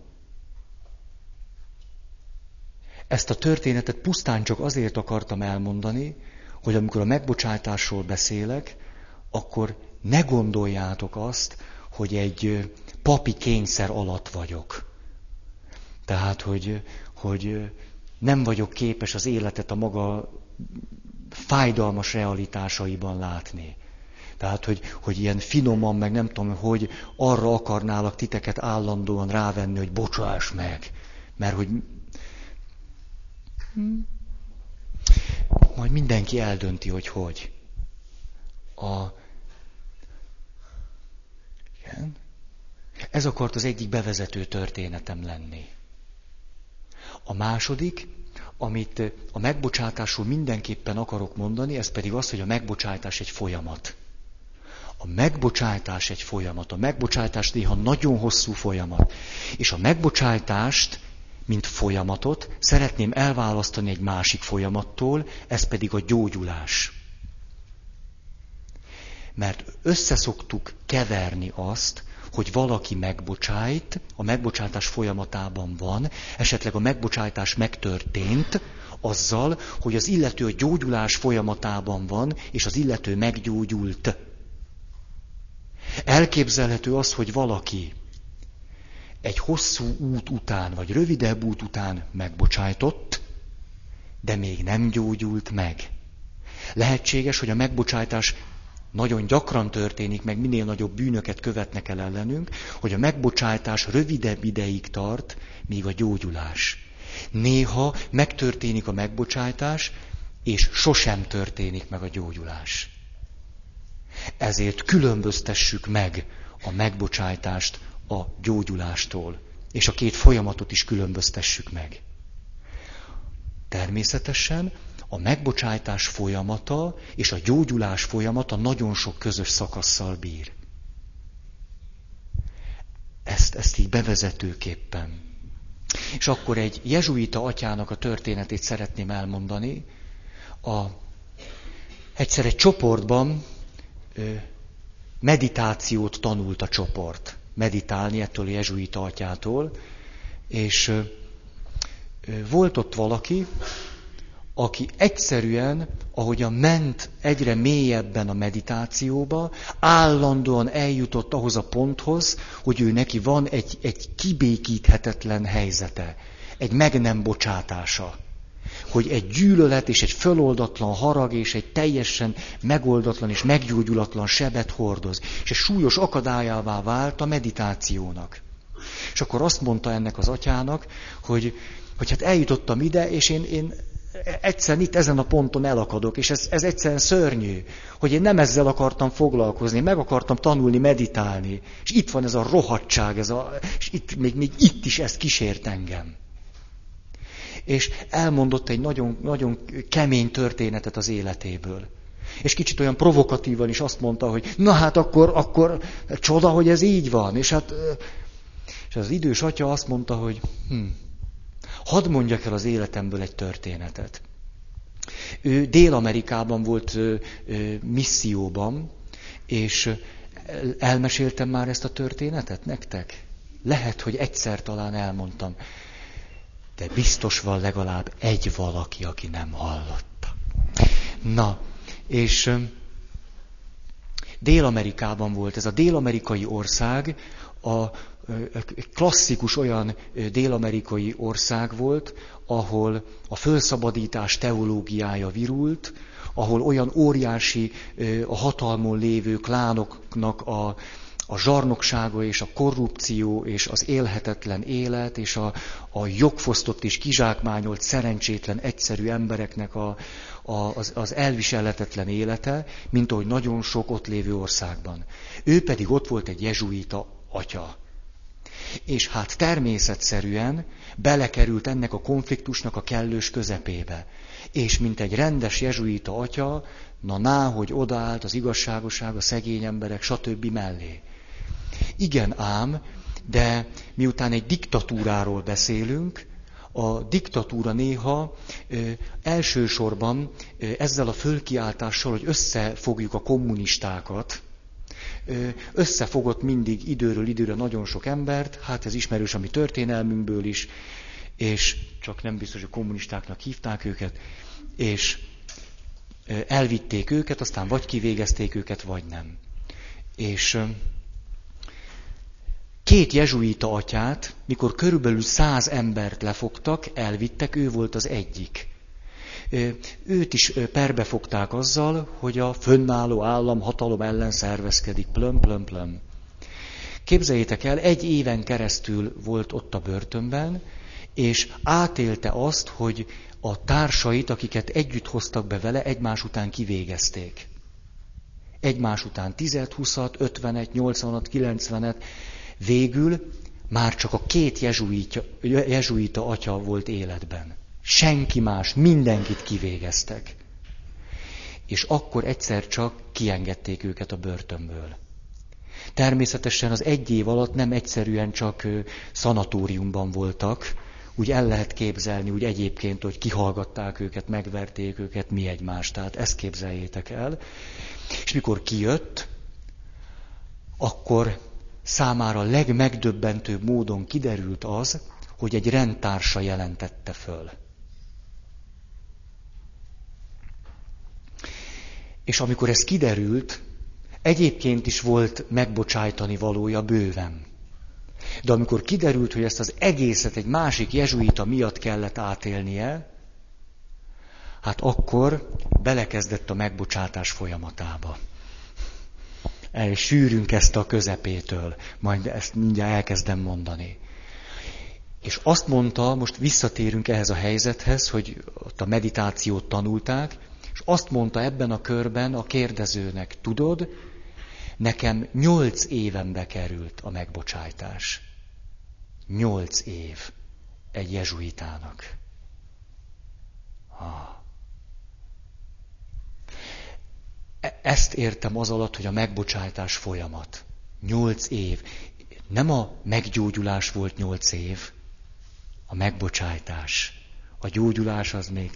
Ezt a történetet pusztán csak azért akartam elmondani, hogy amikor a megbocsátásról beszélek, akkor ne gondoljátok azt, hogy egy papi kényszer alatt vagyok. Tehát, hogy nem vagyok képes az életet a maga fájdalmas realitásaiban látni. Tehát, hogy ilyen finoman, meg nem tudom, hogy arra akarnálak titeket állandóan rávenni, hogy bocsáss meg. Mert hogy majd mindenki eldönti, hogy. Igen. Ez akart az egyik bevezető történetem lenni. A második, amit a megbocsátásról mindenképpen akarok mondani, ez pedig az, hogy a megbocsátás egy folyamat. A megbocsátás egy folyamat. A megbocsátás néha nagyon hosszú folyamat. És a megbocsátást, mint folyamatot, szeretném elválasztani egy másik folyamattól, ez pedig a gyógyulás. Mert összeszoktuk keverni azt, hogy valaki megbocsájt, a megbocsátás folyamatában van, esetleg a megbocsátás megtörtént, azzal, hogy az illető a gyógyulás folyamatában van, és az illető meggyógyult. Elképzelhető az, hogy valaki egy hosszú út után, vagy rövidebb út után megbocsájtott, de még nem gyógyult meg. Lehetséges, hogy a megbocsátás nagyon gyakran történik, meg minél nagyobb bűnöket követnek el ellenünk, hogy a megbocsátás rövidebb ideig tart, míg a gyógyulás. Néha megtörténik a megbocsátás, és sosem történik meg a gyógyulás. Ezért különböztessük meg a megbocsátást a gyógyulástól. És a két folyamatot is különböztessük meg. Természetesen a megbocsájtás folyamata és a gyógyulás folyamata nagyon sok közös szakasszal bír. Ezt így bevezetőképpen. És akkor egy jezsuita atyának a történetét szeretném elmondani. Egyszer egy csoportban meditációt tanult a csoport. Meditálni ettől a jezsuita atyától. És volt ott valaki, aki egyszerűen, ahogyan ment egyre mélyebben a meditációba, állandóan eljutott ahhoz a ponthoz, hogy ő neki van egy kibékíthetetlen helyzete, egy meg nem bocsátása. Hogy egy gyűlölet és egy föloldatlan harag és egy teljesen megoldatlan és meggyógyulatlan sebet hordoz. És egy súlyos akadályává vált a meditációnak. És akkor azt mondta ennek az atyának, hogy hát eljutottam ide, és én egyszerűen itt ezen a ponton elakadok, és ez egyszerűen szörnyű, hogy én nem ezzel akartam foglalkozni, meg akartam tanulni, meditálni, és itt van ez a rohadtság, és itt, még itt is ez kísért engem. És elmondott egy nagyon, nagyon kemény történetet az életéből. És kicsit olyan provokatívan is azt mondta, hogy na hát akkor csoda, hogy ez így van. És az idős atya azt mondta, hogy hadd mondjak el az életemből egy történetet. Ő Dél-Amerikában volt misszióban, és elmeséltem már ezt a történetet nektek? Lehet, hogy egyszer talán elmondtam. De biztos van legalább egy valaki, aki nem hallotta. Na, és Dél-Amerikában volt. Ez a dél-amerikai ország a klasszikus olyan dél-amerikai ország volt, ahol a fölszabadítás teológiája virult, ahol olyan óriási a hatalmon lévő klánoknak a zsarnoksága és a korrupció és az élhetetlen élet és a jogfosztott és kizsákmányolt szerencsétlen egyszerű embereknek az elviselhetetlen élete, mint ahogy nagyon sok ott lévő országban. Ő pedig ott volt egy jezsuita atya. És hát természetszerűen belekerült ennek a konfliktusnak a kellős közepébe. És mint egy rendes jezsuita atya, hogy odaállt az igazságosság, a szegény emberek, stb. Mellé. Igen ám, de miután egy diktatúráról beszélünk, a diktatúra néha elsősorban ezzel a fölkiáltással, hogy összefogjuk a kommunistákat, összefogott mindig időről időre nagyon sok embert, hát ez ismerős a mi történelmünkből is, és csak nem biztos, hogy kommunistáknak hívták őket, és elvitték őket, aztán vagy kivégezték őket, vagy nem. És 2 jezsuita atyát, mikor körülbelül 100 embert lefogtak, elvittek, ő volt az egyik. Őt is perbefogták azzal, hogy a fönnálló állam hatalom ellen szervezkedik. Plöm. Képzeljétek el, 1 éven keresztül volt ott a börtönben, és átélte azt, hogy a társait, akiket együtt hoztak be vele, egymás után kivégezték. Egymás után 10-et, 20-at, 50-et, 80-at, 90-et. Végül már csak a 2 jezsuita atya volt életben. Senki más, mindenkit kivégeztek. És akkor egyszer csak kiengedték őket a börtönből. Természetesen az 1 év alatt nem egyszerűen csak szanatóriumban voltak, úgy el lehet képzelni, úgy egyébként, hogy kihallgatták őket, megverték őket, mi egymást. Tehát ezt képzeljétek el. És mikor kijött, akkor számára a legmegdöbbentőbb módon kiderült az, hogy egy rendtársa jelentette föl. És amikor ez kiderült, egyébként is volt megbocsájtani valója bőven. De amikor kiderült, hogy ezt az egészet egy másik jezsuita miatt kellett átélnie, hát akkor belekezdett a megbocsátás folyamatába. Sűrünk ezt a közepétől, majd ezt mindjárt elkezdem mondani. És azt mondta, most visszatérünk ehhez a helyzethez, hogy ott a meditációt tanulták, és azt mondta ebben a körben a kérdezőnek, tudod, Nekem 8 évembe került a megbocsájtás. 8 év egy jezsuitának. Ezt értem az alatt, hogy a megbocsájtás folyamat. 8 év. Nem a meggyógyulás volt 8 év, a megbocsájtás. A gyógyulás az még...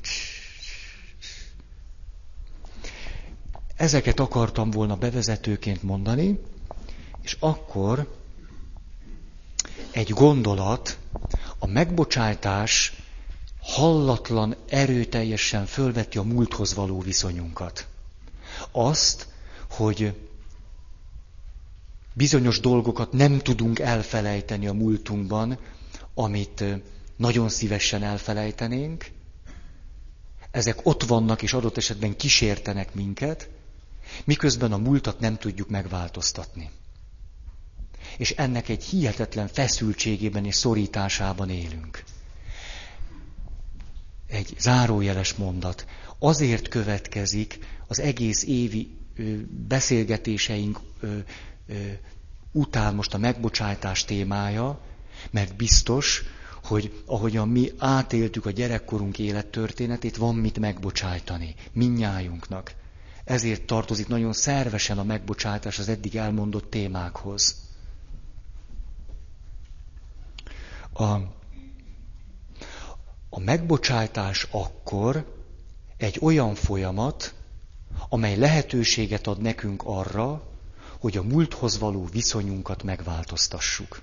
Ezeket akartam volna bevezetőként mondani, és akkor egy gondolat, a megbocsájtás hallatlan, erőteljesen fölveti a múlthoz való viszonyunkat. Azt, hogy bizonyos dolgokat nem tudunk elfelejteni a múltunkban, amit nagyon szívesen elfelejtenénk. Ezek ott vannak, és adott esetben kísértenek minket, miközben a múltat nem tudjuk megváltoztatni. És ennek egy hihetetlen feszültségében és szorításában élünk. Egy zárójeles mondat. Azért következik az egész évi beszélgetéseink után most a megbocsájtás témája, mert biztos, hogy ahogyan mi átéltük a gyerekkorunk élettörténetét, van mit megbocsájtani mindnyájunknak. Ezért tartozik nagyon szervesen a megbocsátás az eddig elmondott témákhoz. A megbocsájtás akkor egy olyan folyamat, amely lehetőséget ad nekünk arra, hogy a múlthoz való viszonyunkat megváltoztassuk.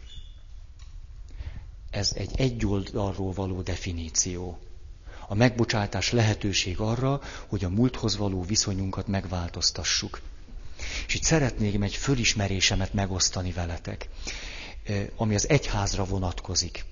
Ez egy egyoldalról való definíció. A megbocsátás lehetőség arra, hogy a múlthoz való viszonyunkat megváltoztassuk. És itt szeretném egy fölismerésemet megosztani veletek, ami az egyházra vonatkozik.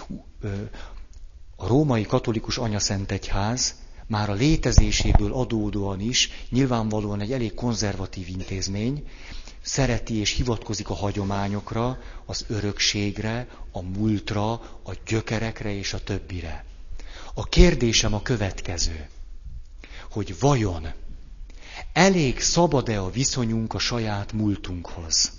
A római katolikus anyaszentegyház már a létezéséből adódóan is nyilvánvalóan egy elég konzervatív intézmény, szereti és hivatkozik a hagyományokra, az örökségre, a múltra, a gyökerekre és a többire. A kérdésem a következő, hogy vajon elég szabad-e a viszonyunk a saját múltunkhoz?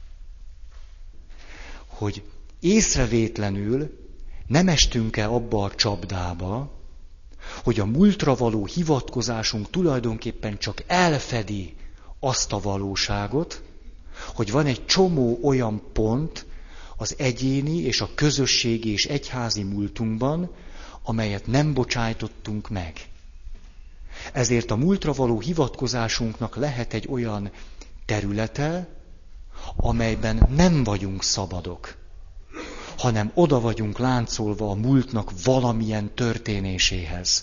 Hogy észrevétlenül nem estünk-e abba a csapdába, hogy a múltra való hivatkozásunk tulajdonképpen csak elfedi azt a valóságot, hogy van egy csomó olyan pont az egyéni és a közösségi és egyházi múltunkban, amelyet nem bocsájtottunk meg. Ezért a múltra való hivatkozásunknak lehet egy olyan területe, amelyben nem vagyunk szabadok, hanem oda vagyunk láncolva a múltnak valamilyen történéséhez.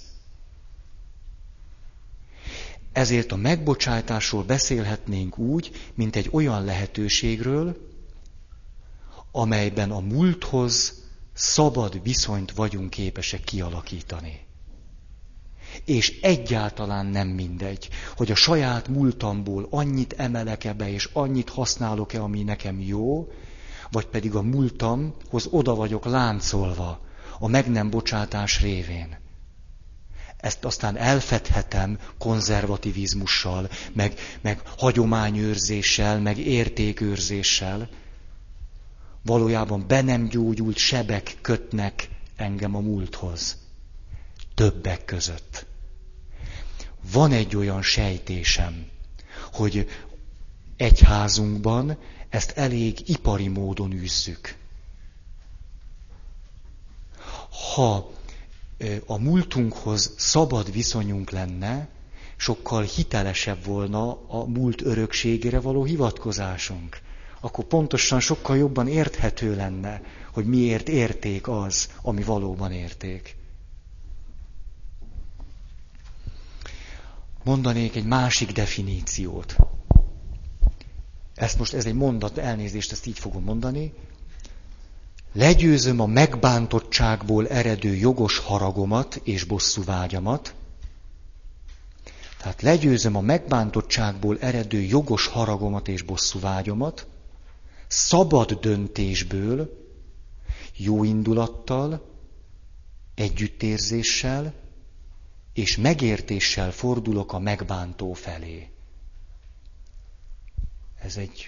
Ezért a megbocsájtásról beszélhetnénk úgy, mint egy olyan lehetőségről, amelyben a múlthoz szabad viszonyt vagyunk képesek kialakítani. És egyáltalán nem mindegy, hogy a saját múltamból annyit emelek-e be, és annyit használok-e, ami nekem jó, vagy pedig a múltamhoz oda vagyok láncolva a meg nem bocsátás révén. Ezt aztán elfedhetem konzervativizmussal, meg hagyományőrzéssel, meg értékőrzéssel. Valójában be nem gyógyult sebek kötnek engem a múlthoz. Többek között. Van egy olyan sejtésem, hogy egyházunkban ezt elég ipari módon űzzük. Ha a múltunkhoz szabad viszonyunk lenne, sokkal hitelesebb volna a múlt örökségére való hivatkozásunk. Akkor pontosan sokkal jobban érthető lenne, hogy miért érték az, ami valóban érték. Mondanék egy másik definíciót. Ez egy mondat, elnézést, ezt így fogom mondani. Legyőzöm a megbántottságból eredő jogos haragomat és bosszúvágyamat. Tehát legyőzöm a megbántottságból eredő jogos haragomat és bosszúvágyamat, szabad döntésből, jó indulattal, együttérzéssel és megértéssel fordulok a megbántó felé. Ez egy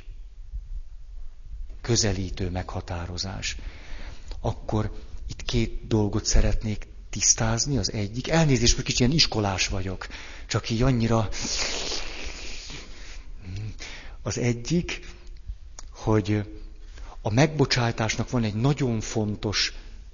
közelítő meghatározás. Akkor itt két dolgot szeretnék tisztázni. Az egyik, elnézést, hogy kicsit ilyen iskolás vagyok, csak így annyira... Az egyik, hogy a megbocsátásnak van egy nagyon fontos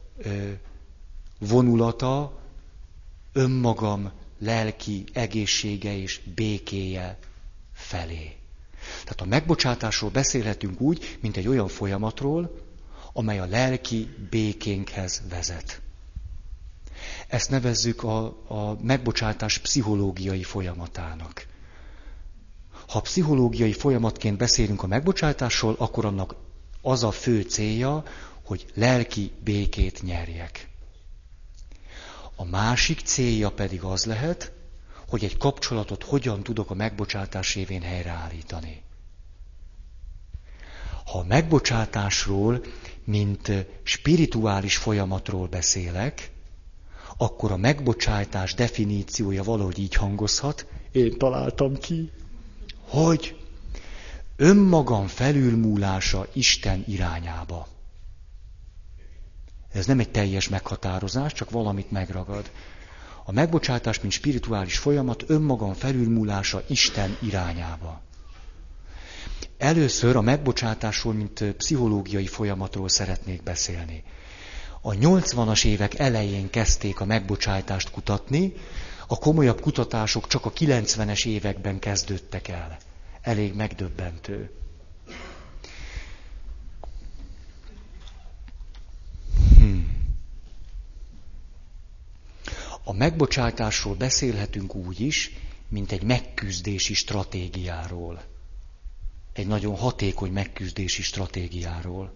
vonulata, önmagam lelki egészsége és békéje felé. Tehát a megbocsátásról beszélhetünk úgy, mint egy olyan folyamatról, amely a lelki békénkhez vezet. Ezt nevezzük a megbocsátás pszichológiai folyamatának. Ha pszichológiai folyamatként beszélünk a megbocsátásról, akkor annak az a fő célja, hogy lelki békét nyerjek. A másik célja pedig az lehet, hogy egy kapcsolatot hogyan tudok a megbocsátás révén helyreállítani. Ha a megbocsátásról, mint spirituális folyamatról beszélek, akkor a megbocsátás definíciója valahogy így hangozhat, én találtam ki, hogy önmagam felülmúlása Isten irányába. Ez nem egy teljes meghatározás, csak valamit megragad. A megbocsátás, mint spirituális folyamat, önmagam felülmúlása Isten irányába. Először a megbocsátásról, mint pszichológiai folyamatról szeretnék beszélni. A 80-as évek elején kezdték a megbocsátást kutatni, a komolyabb kutatások csak a 90-es években kezdődtek el. Elég megdöbbentő. A megbocsátásról beszélhetünk úgy is, mint egy megküzdési stratégiáról. Egy nagyon hatékony megküzdési stratégiáról.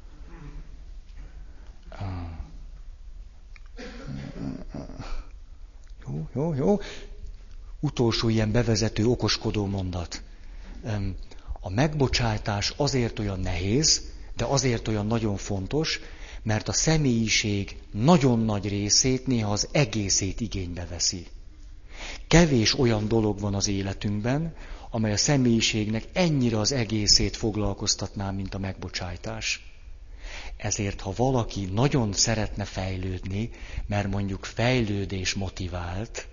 Jó. Utolsó ilyen bevezető, okoskodó mondat. A megbocsátás azért olyan nehéz, de azért olyan nagyon fontos, mert a személyiség nagyon nagy részét, néha az egészét igénybe veszi. Kevés olyan dolog van az életünkben, amely a személyiségnek ennyire az egészét foglalkoztatná, mint a megbocsátás. Ezért, ha valaki nagyon szeretne fejlődni, mert mondjuk fejlődés motivált,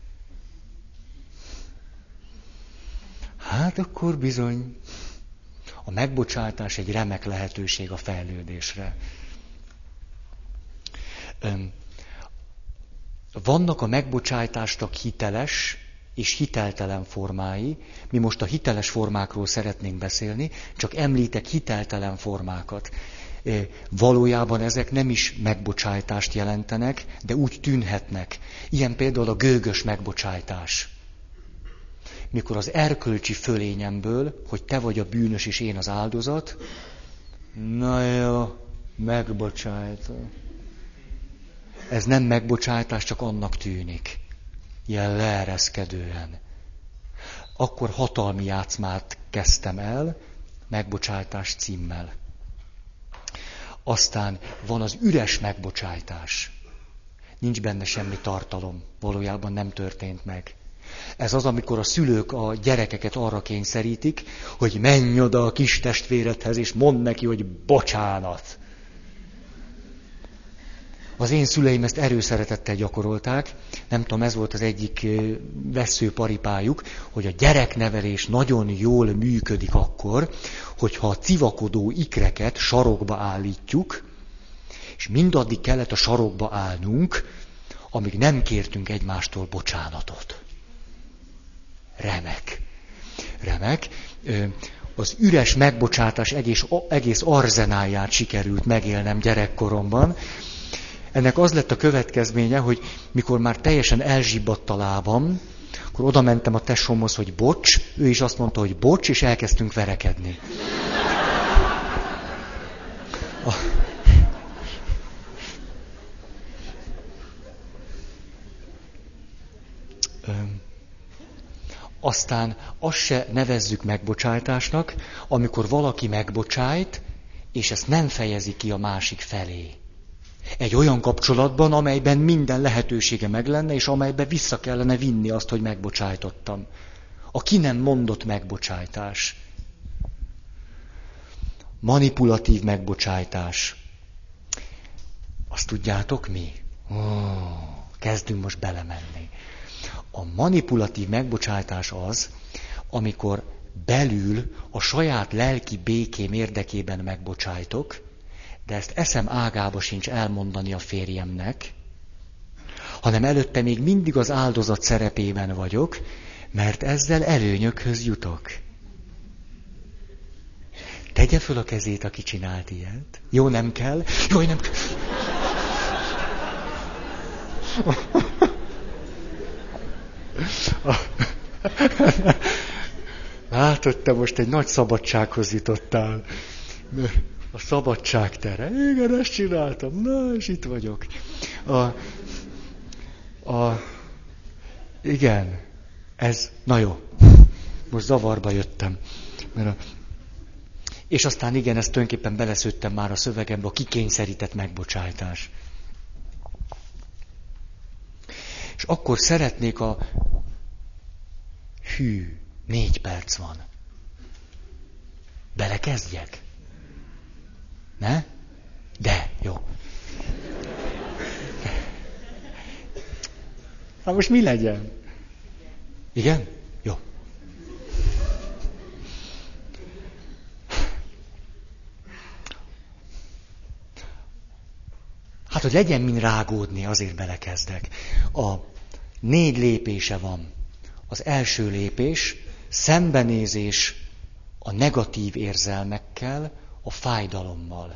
hát akkor bizony a megbocsátás egy remek lehetőség a fejlődésre. Vannak a megbocsátásnak hiteles és hiteltelen formái. Mi most a hiteles formákról szeretnénk beszélni, csak említek hiteltelen formákat. Valójában ezek nem is megbocsátást jelentenek, de úgy tűnhetnek. Ilyen például a gőgös megbocsátás. Mikor az erkölcsi fölényemből, hogy te vagy a bűnös és én az áldozat, na jó, megbocsájtom. Ez nem megbocsátás, csak annak tűnik. Ilyen leereszkedően. Akkor hatalmi játszmát kezdtem el, megbocsátás címmel. Aztán van az üres megbocsátás. Nincs benne semmi tartalom, valójában nem történt meg. Ez az, amikor a szülők a gyerekeket arra kényszerítik, hogy menj oda a kis testvéredhez, és mondd neki, hogy bocsánat. Az én szüleim ezt erőszeretettel gyakorolták, nem tudom, ez volt az egyik vesszőparipájuk, hogy a gyereknevelés nagyon jól működik akkor, hogyha a civakodó ikreket sarokba állítjuk, és mindaddig kellett a sarokba állnunk, amíg nem kértünk egymástól bocsánatot. Remek. Az üres megbocsátás egész arzenáját sikerült megélnem gyerekkoromban. Ennek az lett a következménye, hogy mikor már teljesen elzsibbadt a lábam, akkor oda mentem a tesómhoz, hogy bocs, ő is azt mondta, hogy bocs, és elkezdtünk verekedni. Aztán azt se nevezzük megbocsátásnak, amikor valaki megbocsájt, és ezt nem fejezi ki a másik felé. Egy olyan kapcsolatban, amelyben minden lehetősége meg lenne, és amelyben vissza kellene vinni azt, hogy megbocsájtottam. A ki nem mondott megbocsájtás. Manipulatív megbocsájtás. Azt tudjátok mi? Kezdünk most belemenni. A manipulatív megbocsájtás az, amikor belül a saját lelki békém érdekében megbocsájtok, de ezt eszem ágába sincs elmondani a férjemnek, hanem előtte még mindig az áldozat szerepében vagyok, mert ezzel előnyökhöz jutok. Tegye föl a kezét, aki csinált ilyet. Jó, nem kell? Jó, nem kell. Látod, te most egy nagy szabadsághoz jutottál. A szabadság tere. Igen, ezt csináltam. Na, és itt vagyok. Igen, ez, na jó. Most zavarba jöttem. És aztán igen, ezt tulajdonképpen beleszőttem már a szövegembe, a kikényszerített megbocsájtás. És akkor szeretnék 4 perc van. Belekezdjek? Ne? De, jó. Hát most mi legyen? Igen? Jó. Hát, hogy legyen min rágódni, azért belekezdek. 4 lépése van. Az első lépés, szembenézés a negatív érzelmekkel, a fájdalommal.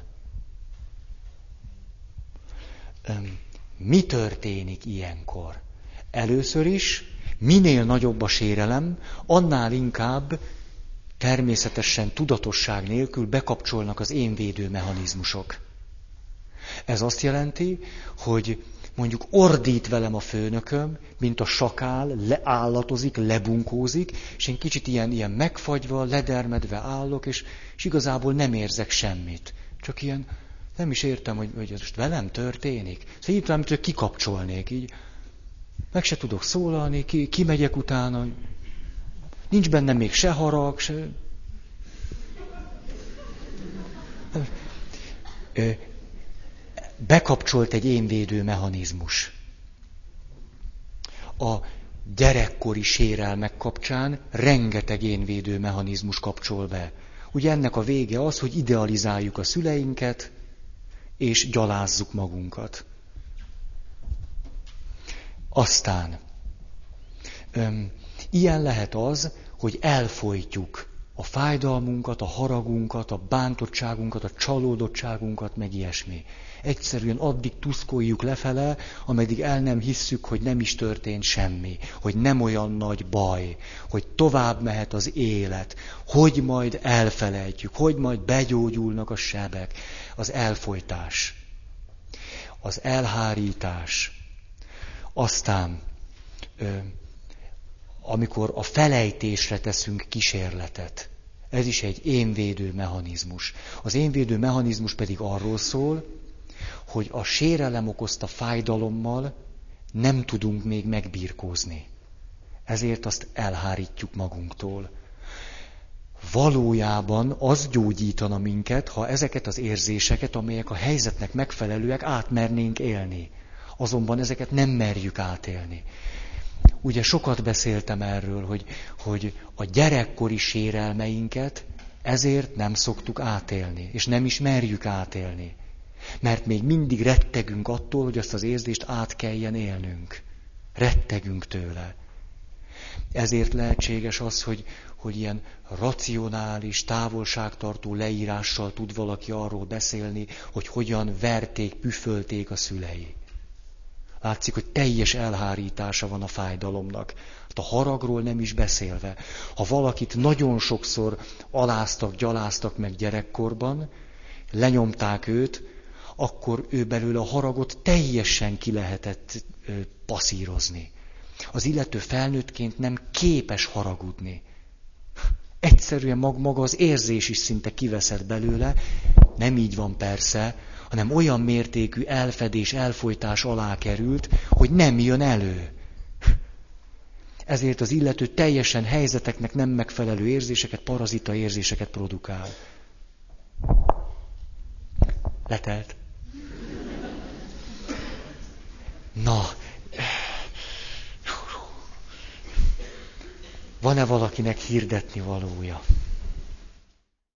Mi történik ilyenkor? Először is, minél nagyobb a sérelem, annál inkább természetesen tudatosság nélkül bekapcsolnak az énvédő mechanizmusok. Ez azt jelenti, hogy mondjuk ordít velem a főnököm, mint a sakál, leállatozik, lebunkózik, és én kicsit ilyen megfagyva, ledermedve állok, és igazából nem érzek semmit. Csak ilyen, nem is értem, hogy ez most velem történik. Szóval így talán, hogy kikapcsolnék, így meg se tudok szólalni, kimegyek utána, nincs bennem még se harag, se... Bekapcsolt egy énvédő mechanizmus. A gyerekkori sérelmek kapcsán rengeteg énvédő mechanizmus kapcsol be. Ugye ennek a vége az, hogy idealizáljuk a szüleinket, és gyalázzuk magunkat. Aztán ilyen lehet az, hogy elfojtjuk a fájdalmunkat, a haragunkat, a bántottságunkat, a csalódottságunkat, meg ilyesmi. Egyszerűen addig tuszkoljuk lefele, ameddig el nem hisszük, hogy nem is történt semmi, hogy nem olyan nagy baj, hogy tovább mehet az élet, hogy majd elfelejtjük, hogy majd begyógyulnak a sebek. Az elfojtás, az elhárítás. Aztán, amikor a felejtésre teszünk kísérletet, ez is egy énvédő mechanizmus. Az énvédő mechanizmus pedig arról szól, hogy a sérelem okozta fájdalommal nem tudunk még megbirkózni. Ezért azt elhárítjuk magunktól. Valójában az gyógyítana minket, ha ezeket az érzéseket, amelyek a helyzetnek megfelelőek, átmernénk élni. Azonban ezeket nem merjük átélni. Ugye sokat beszéltem erről, hogy a gyerekkori sérelmeinket ezért nem szoktuk átélni, és nem is merjük átélni. Mert még mindig rettegünk attól, hogy azt az érzést át kelljen élnünk. Rettegünk tőle. Ezért lehetséges az, hogy ilyen racionális, távolságtartó leírással tud valaki arról beszélni, hogy hogyan verték, püfölték a szülei. Látszik, hogy teljes elhárítása van a fájdalomnak. Hát a haragról nem is beszélve. Ha valakit nagyon sokszor aláztak, gyaláztak meg gyerekkorban, lenyomták őt, akkor ő belőle a haragot teljesen ki lehetett passzírozni. Az illető felnőttként nem képes haragudni. Egyszerűen maga az érzés is szinte kiveszett belőle, nem így van persze, hanem olyan mértékű elfedés, elfojtás alá került, hogy nem jön elő. Ezért az illető teljesen helyzeteknek nem megfelelő érzéseket, parazita érzéseket produkál. Letelt. Na, van-e valakinek hirdetni valója?